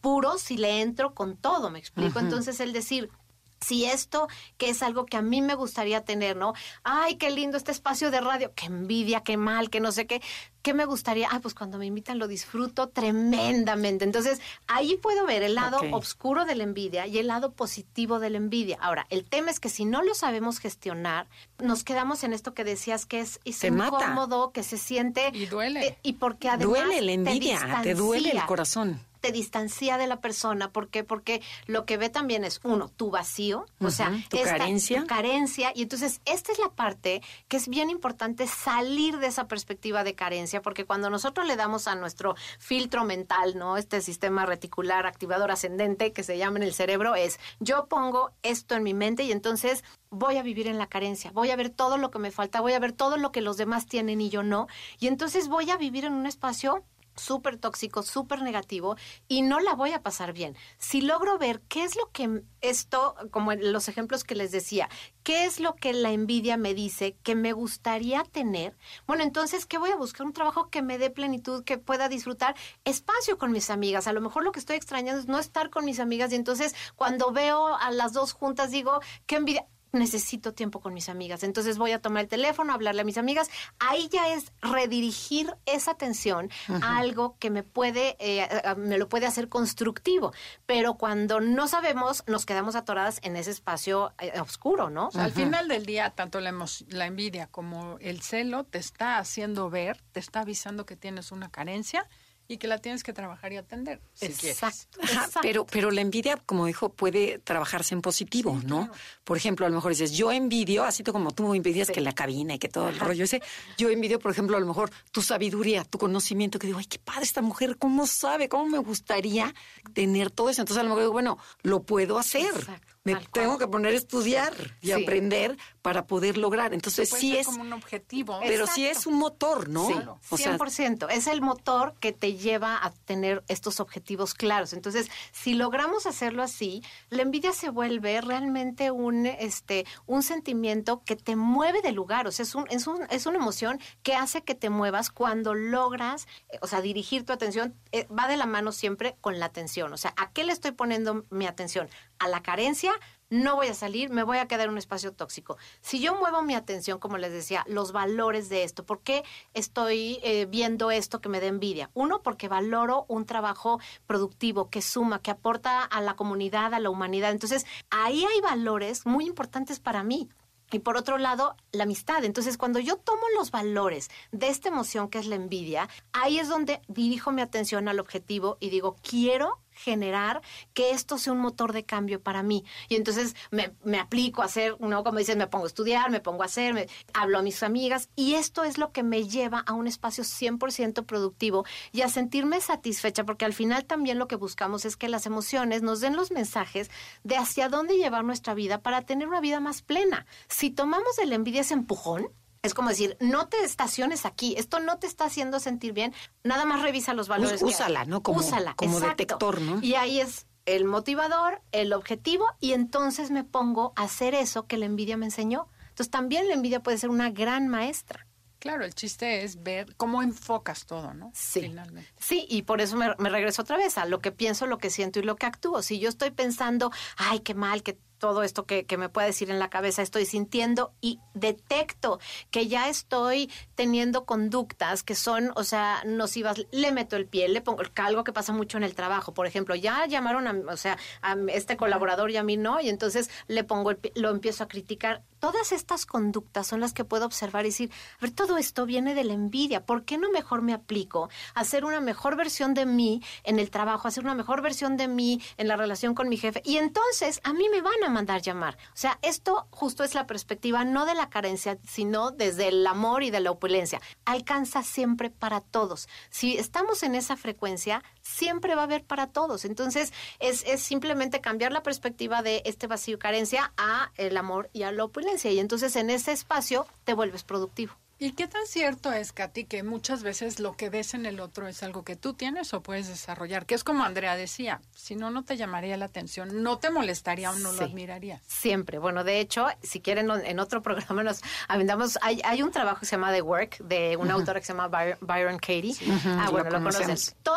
puro si le entro con todo, ¿me explico? Uh-huh. Entonces, el decir... Si esto, que es algo que a mí me gustaría tener, ¿no? Ay, qué lindo este espacio de radio, qué envidia, qué mal, qué no sé qué. ¿Qué me gustaría? Ah, pues cuando me invitan lo disfruto tremendamente. Entonces, ahí puedo ver el lado okay. oscuro de la envidia y el lado positivo de la envidia. Ahora, el tema es que si no lo sabemos gestionar, nos quedamos en esto que decías que es, es incómodo, que se siente... Y duele. Eh, y porque además duele la envidia, te, te duele el corazón. Te distancia de la persona. ¿Por qué? Porque lo que ve también es, uno, tu vacío, uh-huh, o sea, tu esta, carencia. Tu carencia. Y entonces, esta es la parte que es bien importante salir de esa perspectiva de carencia, porque cuando nosotros le damos a nuestro filtro mental, ¿no? Este sistema reticular activador ascendente que se llama en el cerebro, es yo pongo esto en mi mente y entonces voy a vivir en la carencia, voy a ver todo lo que me falta, voy a ver todo lo que los demás tienen y yo no, y entonces voy a vivir en un espacio súper tóxico, súper negativo y no la voy a pasar bien. Si logro ver qué es lo que esto, como en los ejemplos que les decía, qué es lo que la envidia me dice que me gustaría tener, bueno, entonces, ¿qué voy a buscar? Un trabajo que me dé plenitud, que pueda disfrutar espacio con mis amigas. A lo mejor lo que estoy extrañando es no estar con mis amigas y entonces cuando veo a las dos juntas digo, qué envidia. Necesito tiempo con mis amigas, entonces voy a tomar el teléfono, a hablarle a mis amigas. Ahí ya es redirigir esa atención uh-huh. a algo que me puede, eh, me lo puede hacer constructivo. Pero cuando no sabemos, nos quedamos atoradas en ese espacio eh, oscuro, ¿no? O sea, uh-huh. Al final del día, tanto la, emo- la envidia como el celo te está haciendo ver, te está avisando que tienes una carencia y que la tienes que trabajar y atender. Si exacto, exacto. Pero, pero la envidia, como dijo, puede trabajarse en positivo, sí, ¿no? Claro. Por ejemplo, a lo mejor dices, yo envidio, así como tú envidias sí. que la cabina y que todo el Ajá. rollo ese, yo envidio, por ejemplo, a lo mejor tu sabiduría, tu conocimiento, que digo, ay, qué padre esta mujer, ¿cómo sabe? ¿Cómo me gustaría tener todo eso? Entonces a lo mejor digo, bueno, lo puedo hacer. Exacto. Me Tal tengo cual. que poner a estudiar y sí. aprender para poder lograr. Entonces sí es como un objetivo. Pero Exacto. sí es un motor, ¿no? Sí, o cien por ciento. Sea, es el motor que te lleva a tener estos objetivos claros. Entonces, si logramos hacerlo así, la envidia se vuelve realmente un este un sentimiento que te mueve de lugar. O sea, es un es un es una emoción que hace que te muevas cuando logras, eh, o sea, dirigir tu atención. Eh, va de la mano siempre con la atención. O sea, ¿a qué le estoy poniendo mi atención? A la carencia, no voy a salir, me voy a quedar en un espacio tóxico. Si yo muevo mi atención, como les decía, los valores de esto, ¿por qué estoy eh, viendo esto que me da envidia? Uno, porque valoro un trabajo productivo que suma, que aporta a la comunidad, a la humanidad. Entonces, ahí hay valores muy importantes para mí. Y por otro lado, la amistad. Entonces, cuando yo tomo los valores de esta emoción que es la envidia, ahí es donde dirijo mi atención al objetivo y digo, quiero generar que esto sea un motor de cambio para mí. Y entonces me, me aplico a hacer, ¿no? Como dices, me pongo a estudiar, me pongo a hacer, me, hablo a mis amigas y esto es lo que me lleva a un espacio cien por ciento productivo y a sentirme satisfecha, porque al final también lo que buscamos es que las emociones nos den los mensajes de hacia dónde llevar nuestra vida para tener una vida más plena. Si tomamos de la envidia ese empujón, es como decir, no te estaciones aquí, esto no te está haciendo sentir bien, nada más revisa los valores. Ús, úsala, ¿no? Como, úsala, como exacto. detector, ¿no? Y ahí es el motivador, el objetivo, y entonces me pongo a hacer eso que la envidia me enseñó. Entonces también la envidia puede ser una gran maestra. Claro, el chiste es ver cómo enfocas todo, ¿no? Sí, finalmente. Sí, y por eso me, me regreso otra vez a lo que pienso, lo que siento y lo que actúo. Si yo estoy pensando, ay, qué mal, que todo esto que, que me puede decir en la cabeza, estoy sintiendo y detecto que ya estoy teniendo conductas que son, o sea, nocivas, le meto el pie, le pongo algo que pasa mucho en el trabajo, por ejemplo, ya llamaron a, o sea, a este colaborador y a mí no, y entonces le pongo el pie, lo empiezo a criticar. Todas estas conductas son las que puedo observar y decir, a ver, todo esto viene de la envidia, ¿por qué no mejor me aplico a hacer una mejor versión de mí en el trabajo, a hacer una mejor versión de mí en la relación con mi jefe? Y entonces a mí me van a mandar llamar. O sea, esto justo es la perspectiva no de la carencia, sino desde el amor y de la opulencia. Alcanza siempre para todos. Si estamos en esa frecuencia, siempre va a haber para todos. Entonces, es, es simplemente cambiar la perspectiva de este vacío carencia a el amor y a la opulencia. Y entonces en ese espacio te vuelves productivo. ¿Y qué tan cierto es, Katy, que muchas veces lo que ves en el otro es algo que tú tienes o puedes desarrollar? Que es como Andrea decía, si no, no te llamaría la atención, no te molestaría o no sí, lo admirarías. Siempre. Bueno, de hecho, si quieren, en otro programa nos aventamos, hay, hay un trabajo que se llama The Work, de una uh-huh. autora que se llama Byron, Byron Katie. Sí. Uh-huh. Ah, bueno, lo, lo conocen. Todo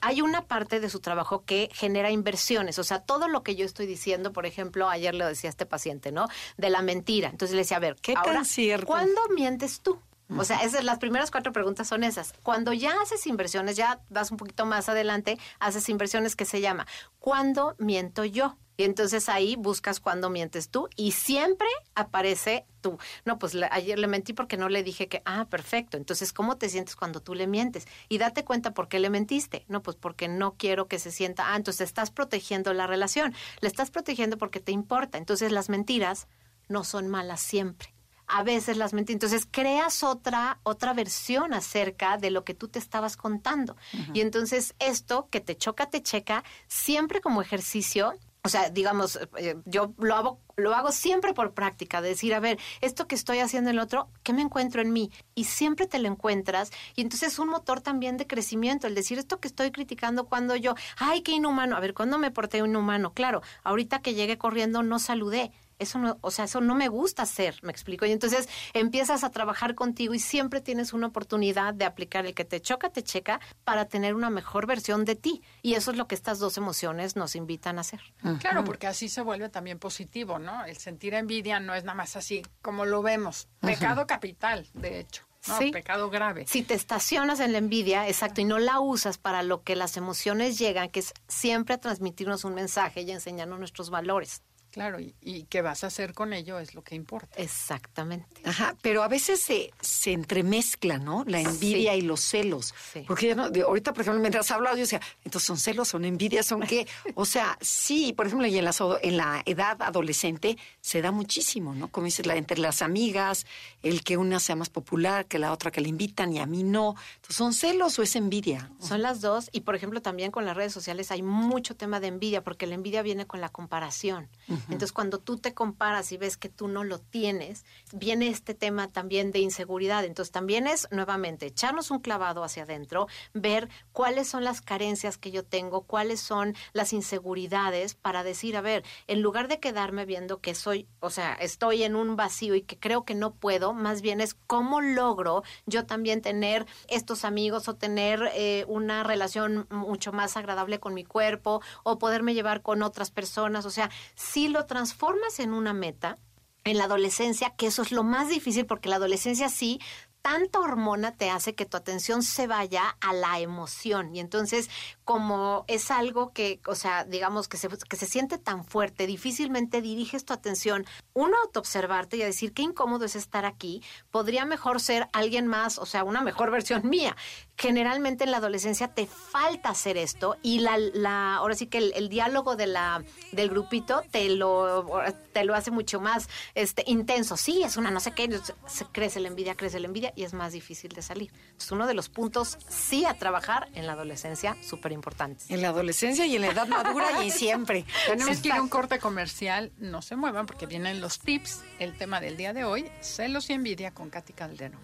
hay una parte de su trabajo que genera inversiones, o sea, todo lo que yo estoy diciendo, por ejemplo, ayer le decía a este paciente, ¿no? De la mentira. Entonces le decía, a ver, ¿qué ahora, tan cierto? ¿cuándo mientes tú? O sea, esas, las primeras cuatro preguntas son esas. Cuando ya haces inversiones, ya vas un poquito más adelante, haces inversiones que se llama, ¿cuándo miento yo? Y entonces ahí buscas cuándo mientes tú y siempre aparece tú. No, pues le, ayer le mentí porque no le dije que, ah, perfecto. Entonces, ¿cómo te sientes cuando tú le mientes? Y date cuenta por qué le mentiste. No, pues porque no quiero que se sienta, ah, entonces estás protegiendo la relación. Le estás protegiendo porque te importa. Entonces, las mentiras no son malas siempre. A veces las mentiras. Entonces, creas otra, otra versión acerca de lo que tú te estabas contando. Uh-huh. Y entonces, esto que te choca, te checa, siempre como ejercicio. O sea, digamos, eh, yo lo hago, lo hago siempre por práctica, de decir, a ver, esto que estoy haciendo en el otro, ¿qué me encuentro en mí? Y siempre te lo encuentras. Y entonces es un motor también de crecimiento, el decir, esto que estoy criticando cuando yo, ay, qué inhumano. A ver, ¿cuándo me porté inhumano? Claro, ahorita que llegué corriendo no saludé. Eso no, o sea, eso no me gusta hacer, ¿me explico? Y entonces empiezas a trabajar contigo y siempre tienes una oportunidad de aplicar el que te choca, te checa, para tener una mejor versión de ti. Y eso es lo que estas dos emociones nos invitan a hacer. Claro, porque así se vuelve también positivo, ¿no? El sentir envidia no es nada más así como lo vemos. Pecado capital, de hecho. No, sí. Pecado grave. Si te estacionas en la envidia, exacto, y no la usas para lo que las emociones llegan, que es siempre a transmitirnos un mensaje y a enseñarnos nuestros valores. Claro, y, y qué vas a hacer con ello es lo que importa. Exactamente. Ajá, pero a veces se, se entremezcla, ¿no? La envidia sí. y los celos. Sí. Porque ya no, de, ahorita, por ejemplo, mientras hablaba, yo decía, entonces son celos, son envidias, son qué. O sea, sí, por ejemplo, y en la, en la edad adolescente se da muchísimo, ¿no? Como dices, la, entre las amigas, el que una sea más popular que la otra que le invitan y a mí no. Entonces, ¿son celos o es envidia? Son las dos. Y, por ejemplo, también con las redes sociales hay mucho tema de envidia, porque la envidia viene con la comparación. Uh-huh. Entonces, cuando tú te comparas y ves que tú no lo tienes, viene este tema también de inseguridad. Entonces, también es, nuevamente, echarnos un clavado hacia adentro, ver cuáles son las carencias que yo tengo, cuáles son las inseguridades, para decir, a ver, en lugar de quedarme viendo que soy, o sea, estoy en un vacío y que creo que no puedo, más bien es cómo logro yo también tener estos amigos o tener eh, una relación mucho más agradable con mi cuerpo o poderme llevar con otras personas. O sea, sí lo transformas en una meta en la adolescencia, que eso es lo más difícil, porque la adolescencia sí, tanta hormona te hace que tu atención se vaya a la emoción. Y entonces, como es algo que, o sea, digamos que se, que se siente tan fuerte, difícilmente diriges tu atención, uno, a autoobservarte y a decir qué incómodo es estar aquí, podría mejor ser alguien más, o sea, una mejor versión mía. Generalmente en la adolescencia te falta hacer esto y la, la ahora sí que el, el diálogo de la, del grupito te lo, te lo hace mucho más este, intenso. Sí, es una no sé qué, se crece la envidia, crece la envidia y es más difícil de salir. Es uno de los puntos sí a trabajar en la adolescencia, súper importantes. En la adolescencia y en la edad madura y siempre. Tenemos que ir a un corte comercial, no se muevan porque vienen los tips, el tema del día de hoy, celos y envidia con Katy Calderón.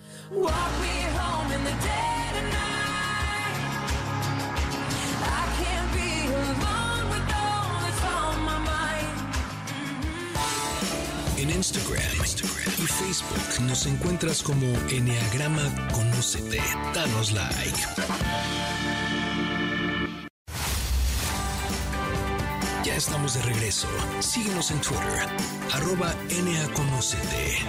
En Instagram, Instagram y Facebook nos encuentras como Enneagrama Conócete. Danos like. Ya estamos de regreso. Síguenos en Twitter, arroba Enneaconócete.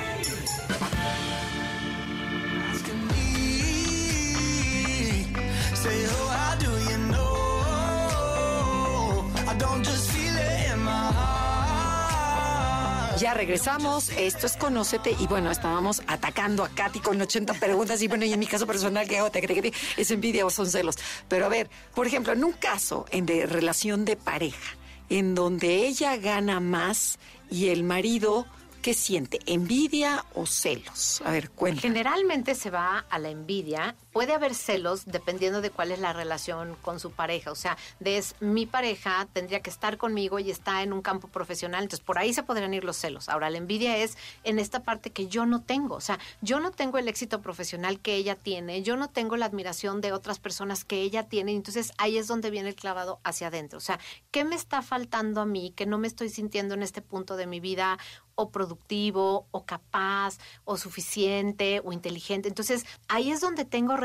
Ya regresamos, esto es Conócete y bueno, estábamos atacando a Katy con ochenta preguntas y bueno, y en mi caso personal, ¿qué hago? ¿Es envidia o son celos? Pero a ver, por ejemplo, en un caso en de relación de pareja, en donde ella gana más y el marido, ¿qué siente? ¿Envidia o celos? A ver, cuenta. Generalmente se va a la envidia. Puede haber celos dependiendo de cuál es la relación con su pareja. O sea, de es mi pareja tendría que estar conmigo y está en un campo profesional. Entonces, por ahí se podrían ir los celos. Ahora, la envidia es en esta parte que yo no tengo. O sea, yo no tengo el éxito profesional que ella tiene. Yo no tengo la admiración de otras personas que ella tiene. Entonces, ahí es donde viene el clavado hacia adentro. O sea, ¿qué me está faltando a mí que no me estoy sintiendo en este punto de mi vida o productivo, o capaz, o suficiente, o inteligente? Entonces, ahí es donde tengo realmente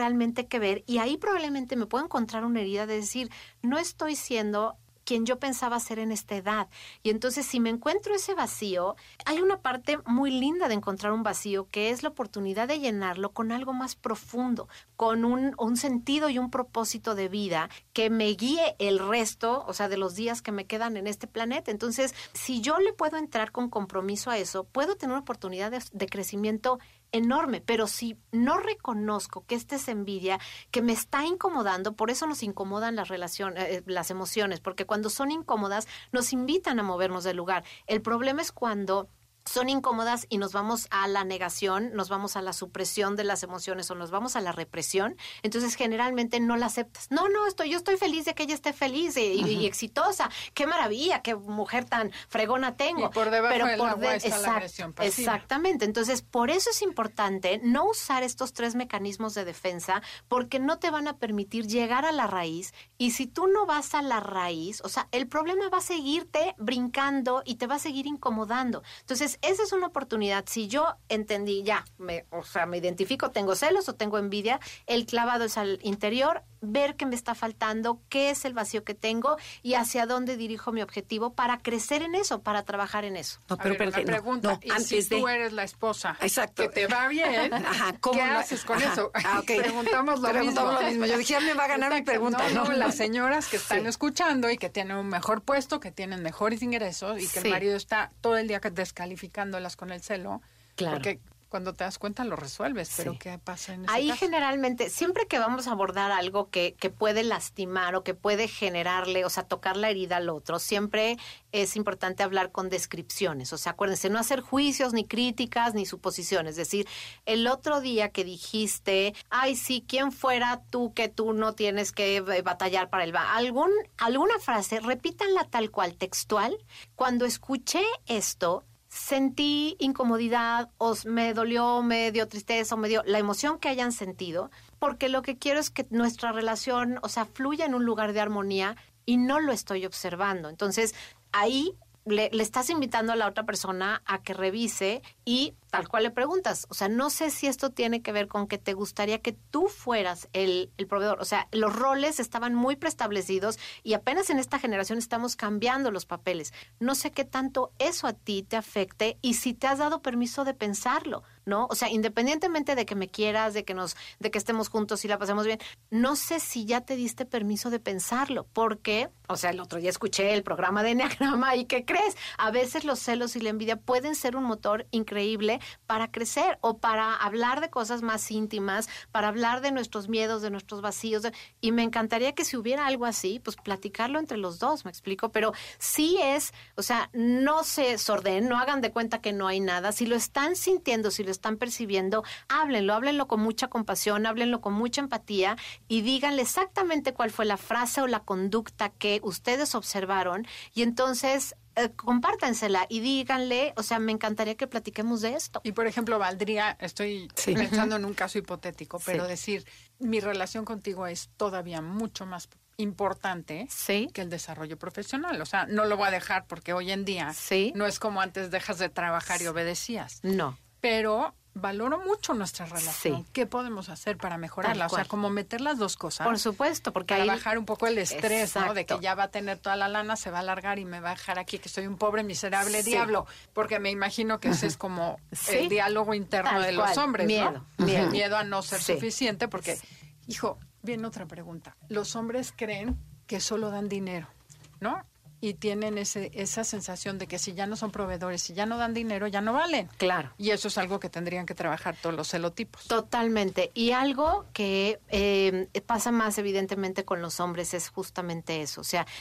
realmente que ver y ahí probablemente me puedo encontrar una herida de decir, no estoy siendo quien yo pensaba ser en esta edad. Y entonces, si me encuentro ese vacío, hay una parte muy linda de encontrar un vacío, que es la oportunidad de llenarlo con algo más profundo, con un, un sentido y un propósito de vida que me guíe el resto, o sea, de los días que me quedan en este planeta. Entonces, si yo le puedo entrar con compromiso a eso, puedo tener una oportunidad de, de crecimiento enorme, pero si no reconozco que esta es envidia, que me está incomodando, por eso nos incomodan las relaciones, eh, las emociones, porque cuando son incómodas nos invitan a movernos del lugar. El problema es cuando son incómodas y nos vamos a la negación, nos vamos a la supresión de las emociones o nos vamos a la represión, entonces generalmente no la aceptas. No, no, estoy, yo estoy feliz de que ella esté feliz y, uh-huh. y exitosa. Qué maravilla, qué mujer tan fregona tengo. Y por debajo Pero del por agua de, está exact, la agresión pasiva. Exactamente. Entonces, por eso es importante no usar estos tres mecanismos de defensa, porque no te van a permitir llegar a la raíz, y si tú no vas a la raíz, o sea, el problema va a seguirte brincando y te va a seguir incomodando. Entonces, esa es una oportunidad. Si yo entendí ya, me, o sea, me identifico, tengo celos o tengo envidia, el clavado es al interior, ver qué me está faltando, qué es el vacío que tengo y hacia dónde dirijo mi objetivo para crecer en eso, para trabajar en eso. No, pero a ver, una pregunta, no, no, y antes si tú de... eres la esposa, Exacto. que te va bien, Ajá, ¿cómo ¿qué lo... haces con Ajá. eso? Ah, okay. Preguntamos lo Preguntamos mismo. lo mismo. Yo dije, ya me va a ganar mi pregunta. No, No, no, las señoras que están sí. escuchando y que tienen un mejor puesto, que tienen mejores ingresos y que Sí. el marido está todo el día descalificándolas con el celo, Claro. porque cuando te das cuenta lo resuelves, pero Sí. ¿qué pasa en ese Ahí caso? generalmente, siempre que vamos a abordar algo que, que puede lastimar o que puede generarle, o sea, tocar la herida al otro, siempre es importante hablar con descripciones. O sea, acuérdense, no hacer juicios, ni críticas, ni suposiciones. Es decir, el otro día que dijiste, ay, sí, ¿quién fuera tú que tú no tienes que batallar para el ba-? Algún, alguna frase, repítanla tal cual, textual. Cuando escuché esto, sentí incomodidad, o me dolió, me dio tristeza, o me dio la emoción que hayan sentido, porque lo que quiero es que nuestra relación, o sea, fluya en un lugar de armonía y no lo estoy observando. Entonces, ahí le, le estás invitando a la otra persona a que revise y tal cual le preguntas. O sea, no sé si esto tiene que ver con que te gustaría que tú fueras el, el proveedor. O sea, los roles estaban muy preestablecidos y apenas en esta generación estamos cambiando los papeles. No sé qué tanto eso a ti te afecte y si te has dado permiso de pensarlo, ¿no? O sea, independientemente de que me quieras, de que nos, de que estemos juntos y la pasemos bien, no sé si ya te diste permiso de pensarlo, porque, o sea, el otro día escuché el programa de Enneagrama y ¿qué crees? A veces los celos y la envidia pueden ser un motor increíble para crecer o para hablar de cosas más íntimas, para hablar de nuestros miedos, de nuestros vacíos. De, y me encantaría que si hubiera algo así, pues platicarlo entre los dos, ¿me explico? Pero sí es, o sea, no se sordeen, no hagan de cuenta que no hay nada. Si lo están sintiendo, si lo están percibiendo, háblenlo, háblenlo con mucha compasión, háblenlo con mucha empatía y díganle exactamente cuál fue la frase o la conducta que ustedes observaron y entonces Eh, compártansela y díganle, o sea, me encantaría que platiquemos de esto. Y por ejemplo, valdría, estoy Sí. pensando en un caso hipotético, pero Sí. decir, mi relación contigo es todavía mucho más importante Sí. que el desarrollo profesional. O sea, no lo voy a dejar porque hoy en día Sí. no es como antes dejas de trabajar y obedecías. No. Pero valoro mucho nuestra relación. Sí. ¿Qué podemos hacer para mejorarla? Tal O sea, cual. como meter las dos cosas. Por supuesto, porque Para ahí bajar un poco el estrés, ¿no? De que Exacto. ya va a tener toda la lana, se va a alargar y me va a dejar aquí que soy un pobre miserable Sí. diablo. Porque me imagino que ese es como Sí. el diálogo interno Tal de los cual. hombres, Miedo, ¿no? miedo. El miedo a no ser Sí. suficiente porque, hijo, viene otra pregunta. Los hombres creen que solo dan dinero, ¿no? Y tienen ese, esa sensación de que si ya no son proveedores, si ya no dan dinero, ya no valen. Claro. Y eso es algo que tendrían que trabajar todos los celotipos. Totalmente. Y algo que eh, pasa más evidentemente con los hombres es justamente eso. O sea,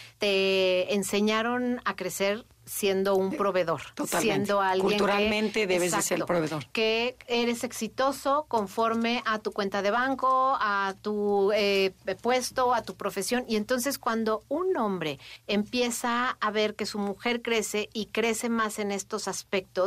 te enseñaron a crecer siendo un proveedor, Totalmente. siendo alguien Culturalmente que, debes de ser exacto, proveedor. que eres exitoso conforme a tu cuenta de banco, a tu eh, puesto, a tu profesión. Y entonces cuando un hombre empieza a ver que su mujer crece y crece más en estos aspectos,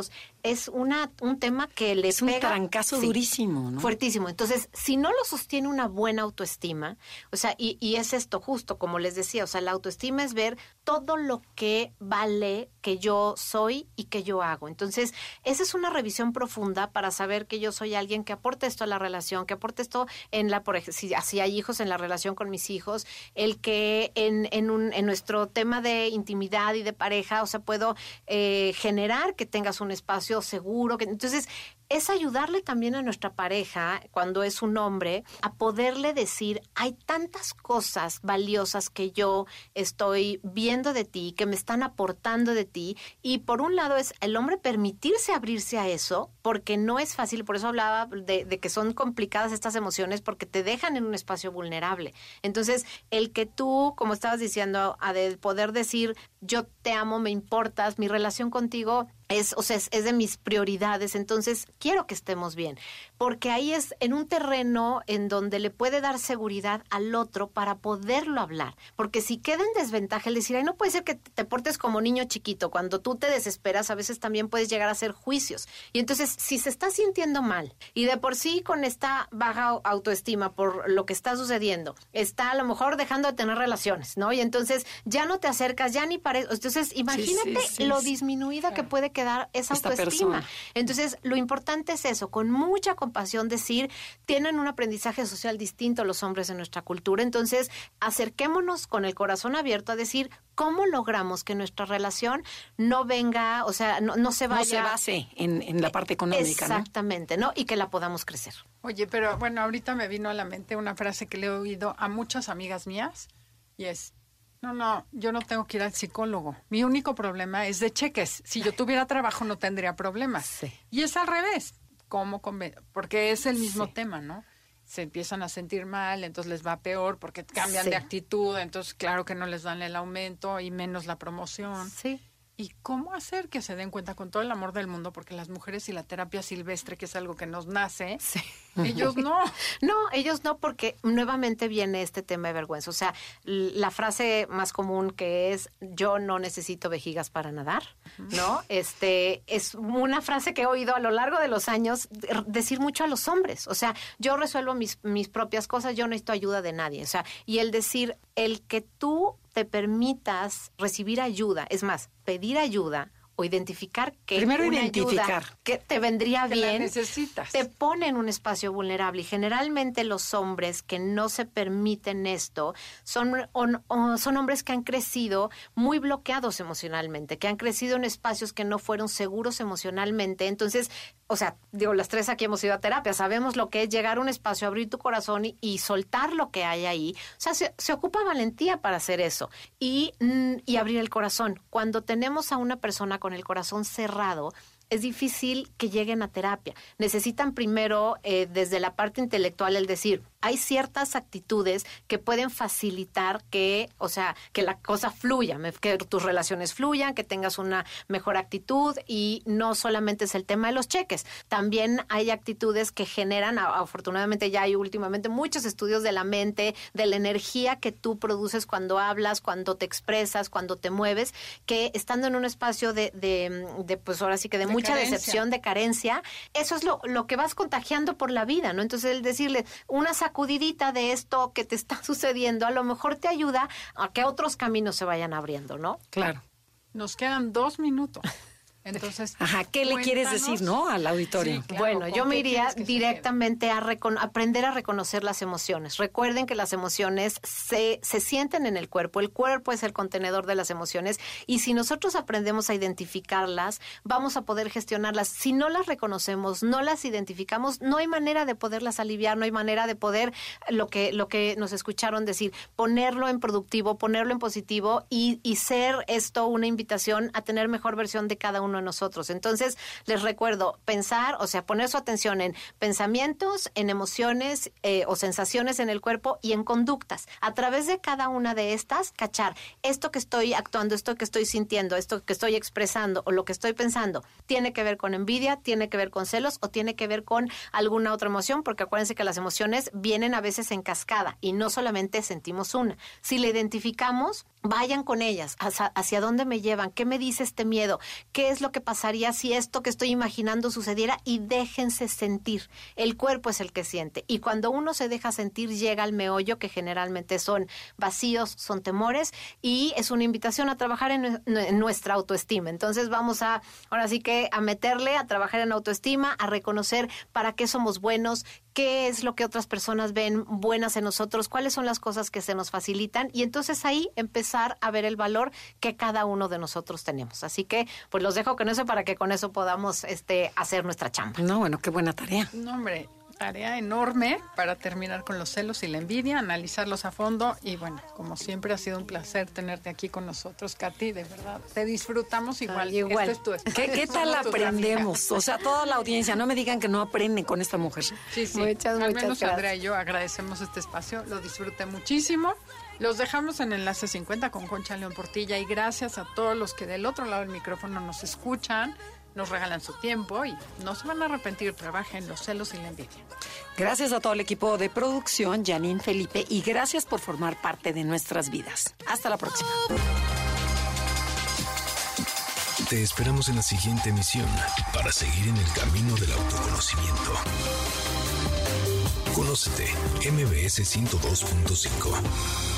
es una un tema que le es pega. un trancazo sí, durísimo, ¿no? Fuertísimo. Entonces, si no lo sostiene una buena autoestima, o sea, y, y es esto justo, como les decía, o sea, la autoestima es ver todo lo que vale que yo soy y que yo hago. Entonces, esa es una revisión profunda para saber que yo soy alguien que aporta esto a la relación, que aporta esto en la, por ejemplo, si, si hay hijos, en la relación con mis hijos, el que en, en, un, en nuestro tema de intimidad y de pareja, o sea, puedo eh, generar que tengas un espacio seguro. Que, entonces, es ayudarle también a nuestra pareja, cuando es un hombre, a poderle decir, hay tantas cosas valiosas que yo estoy viendo de ti, que me están aportando de ti, y por un lado es el hombre permitirse abrirse a eso, porque no es fácil, por eso hablaba de, de que son complicadas estas emociones, porque te dejan en un espacio vulnerable. Entonces, el que tú, como estabas diciendo, a de poder decir, yo te amo, me importas, mi relación contigo es, o sea, es, es de mis prioridades, entonces quiero que estemos bien, porque ahí es en un terreno en donde le puede dar seguridad al otro para poderlo hablar, porque si queda en desventaja el decir, ay, no puede ser que te portes como niño chiquito, cuando tú te desesperas, a veces también puedes llegar a hacer juicios, y entonces si se está sintiendo mal, y de por sí con esta baja autoestima por lo que está sucediendo, está a lo mejor dejando de tener relaciones, ¿no? Y entonces ya no te acercas, ya ni parece, entonces imagínate sí, sí, sí, lo sí, disminuida claro. que puede quedar esa Esta autoestima. Persona. Entonces, lo importante es eso, con mucha compasión decir, tienen un aprendizaje social distinto los hombres en nuestra cultura, entonces acerquémonos con el corazón abierto a decir, ¿cómo logramos que nuestra relación no venga, o sea, no, no se vaya... No se base en, en la parte económica, exactamente, ¿no? ¿no? Y que la podamos crecer. Oye, pero bueno, ahorita me vino a la mente una frase que le he oído a muchas amigas mías, y es, no, no, yo no tengo que ir al psicólogo. Mi único problema es de cheques. Si yo tuviera trabajo no tendría problemas. Sí. Y es al revés. ¿Cómo? Porque es el mismo sí. tema, ¿no? Se empiezan a sentir mal, entonces les va peor porque cambian sí. de actitud, entonces claro que no les dan el aumento y menos la promoción. Sí. ¿Y cómo hacer que se den cuenta con todo el amor del mundo? Porque las mujeres y la terapia silvestre, que es algo que nos nace, sí. ellos no. No, ellos no, porque nuevamente viene este tema de vergüenza. O sea, la frase más común que es, yo no necesito vejigas para nadar, ¿no? Este, es una frase que he oído a lo largo de los años decir mucho a los hombres. O sea, yo resuelvo mis, mis propias cosas, yo no necesito ayuda de nadie. O sea, y el decir, el que tú te permitas recibir ayuda, es más, pedir ayuda o identificar que primero una identificar ayuda que te vendría que bien, la necesitas. Te pone en un espacio vulnerable, y generalmente los hombres que no se permiten esto son, on, on, son hombres que han crecido muy bloqueados emocionalmente, que han crecido en espacios que no fueron seguros emocionalmente. Entonces, o sea, digo, las tres aquí hemos ido a terapia, sabemos lo que es llegar a un espacio, abrir tu corazón y, y soltar lo que hay ahí. O sea, se, se ocupa valentía para hacer eso y, y abrir el corazón. Cuando tenemos a una persona con el corazón cerrado, es difícil que lleguen a terapia. Necesitan primero, eh, desde la parte intelectual, el decir, hay ciertas actitudes que pueden facilitar que, o sea, que la cosa fluya, que tus relaciones fluyan, que tengas una mejor actitud, y no solamente es el tema de los cheques. También hay actitudes que generan, afortunadamente ya hay últimamente muchos estudios de la mente, de la energía que tú produces cuando hablas, cuando te expresas, cuando te mueves, que estando en un espacio de, de, de pues ahora sí que de, de mucha carencia. decepción, de carencia, eso es lo, lo que vas contagiando por la vida, ¿no? Entonces el decirle una sacudidita de esto que te está sucediendo, a lo mejor te ayuda a que otros caminos se vayan abriendo, ¿no? Claro. Nos quedan dos minutos. Entonces, ajá, ¿qué le quieres decir, no, al auditorio? Sí, claro, bueno, yo me iría directamente a recon- aprender a reconocer las emociones. Recuerden que las emociones se, se sienten en el cuerpo. El cuerpo es el contenedor de las emociones, y si nosotros aprendemos a identificarlas, vamos a poder gestionarlas. Si no las reconocemos, no las identificamos, no hay manera de poderlas aliviar, no hay manera de poder, lo que, lo que nos escucharon decir, ponerlo en productivo, ponerlo en positivo, y, y ser esto una invitación a tener mejor versión de cada uno de nosotros. Entonces, les recuerdo, pensar, o sea, poner su atención en pensamientos, en emociones eh, o sensaciones en el cuerpo y en conductas. A través de cada una de estas, cachar esto que estoy actuando, esto que estoy sintiendo, esto que estoy expresando o lo que estoy pensando, ¿tiene que ver con envidia, tiene que ver con celos o tiene que ver con alguna otra emoción? Porque acuérdense que las emociones vienen a veces en cascada y no solamente sentimos una. Si la identificamos, vayan con ellas, hacia, hacia dónde me llevan, qué me dice este miedo, qué es lo que pasaría si esto que estoy imaginando sucediera, y déjense sentir. El cuerpo es el que siente, y cuando uno se deja sentir llega al meollo, que generalmente son vacíos, son temores, y es una invitación a trabajar en, en nuestra autoestima. Entonces vamos a, ahora sí que a meterle, a trabajar en autoestima, a reconocer para qué somos buenos, qué es lo que otras personas ven buenas en nosotros, cuáles son las cosas que se nos facilitan, y entonces ahí empezar a ver el valor que cada uno de nosotros tenemos. Así que, pues los dejo con eso para que con eso podamos este, hacer nuestra chamba. No, bueno, qué buena tarea. No, hombre, tarea enorme para terminar con los celos y la envidia, analizarlos a fondo, y bueno, como siempre ha sido un placer tenerte aquí con nosotros, Katy, de verdad. Te disfrutamos igual. Ay, igual. Este es tu ¿Qué, qué tal Somos tus aprendemos? amigas. O sea, toda la audiencia, no me digan que no aprenden con esta mujer. Sí, sí. Muchas, Al muchas menos gracias. Andrea y yo agradecemos este espacio, lo disfruté muchísimo. Los dejamos en Enlace cincuenta con Concha León Portilla, y gracias a todos los que del otro lado del micrófono nos escuchan, nos regalan su tiempo y no se van a arrepentir. Trabajen los celos y la envidia. Gracias a todo el equipo de producción, Janine, Felipe, y gracias por formar parte de nuestras vidas. Hasta la próxima. Te esperamos en la siguiente emisión para seguir en el camino del autoconocimiento. Conócete, M B S ciento dos punto cinco.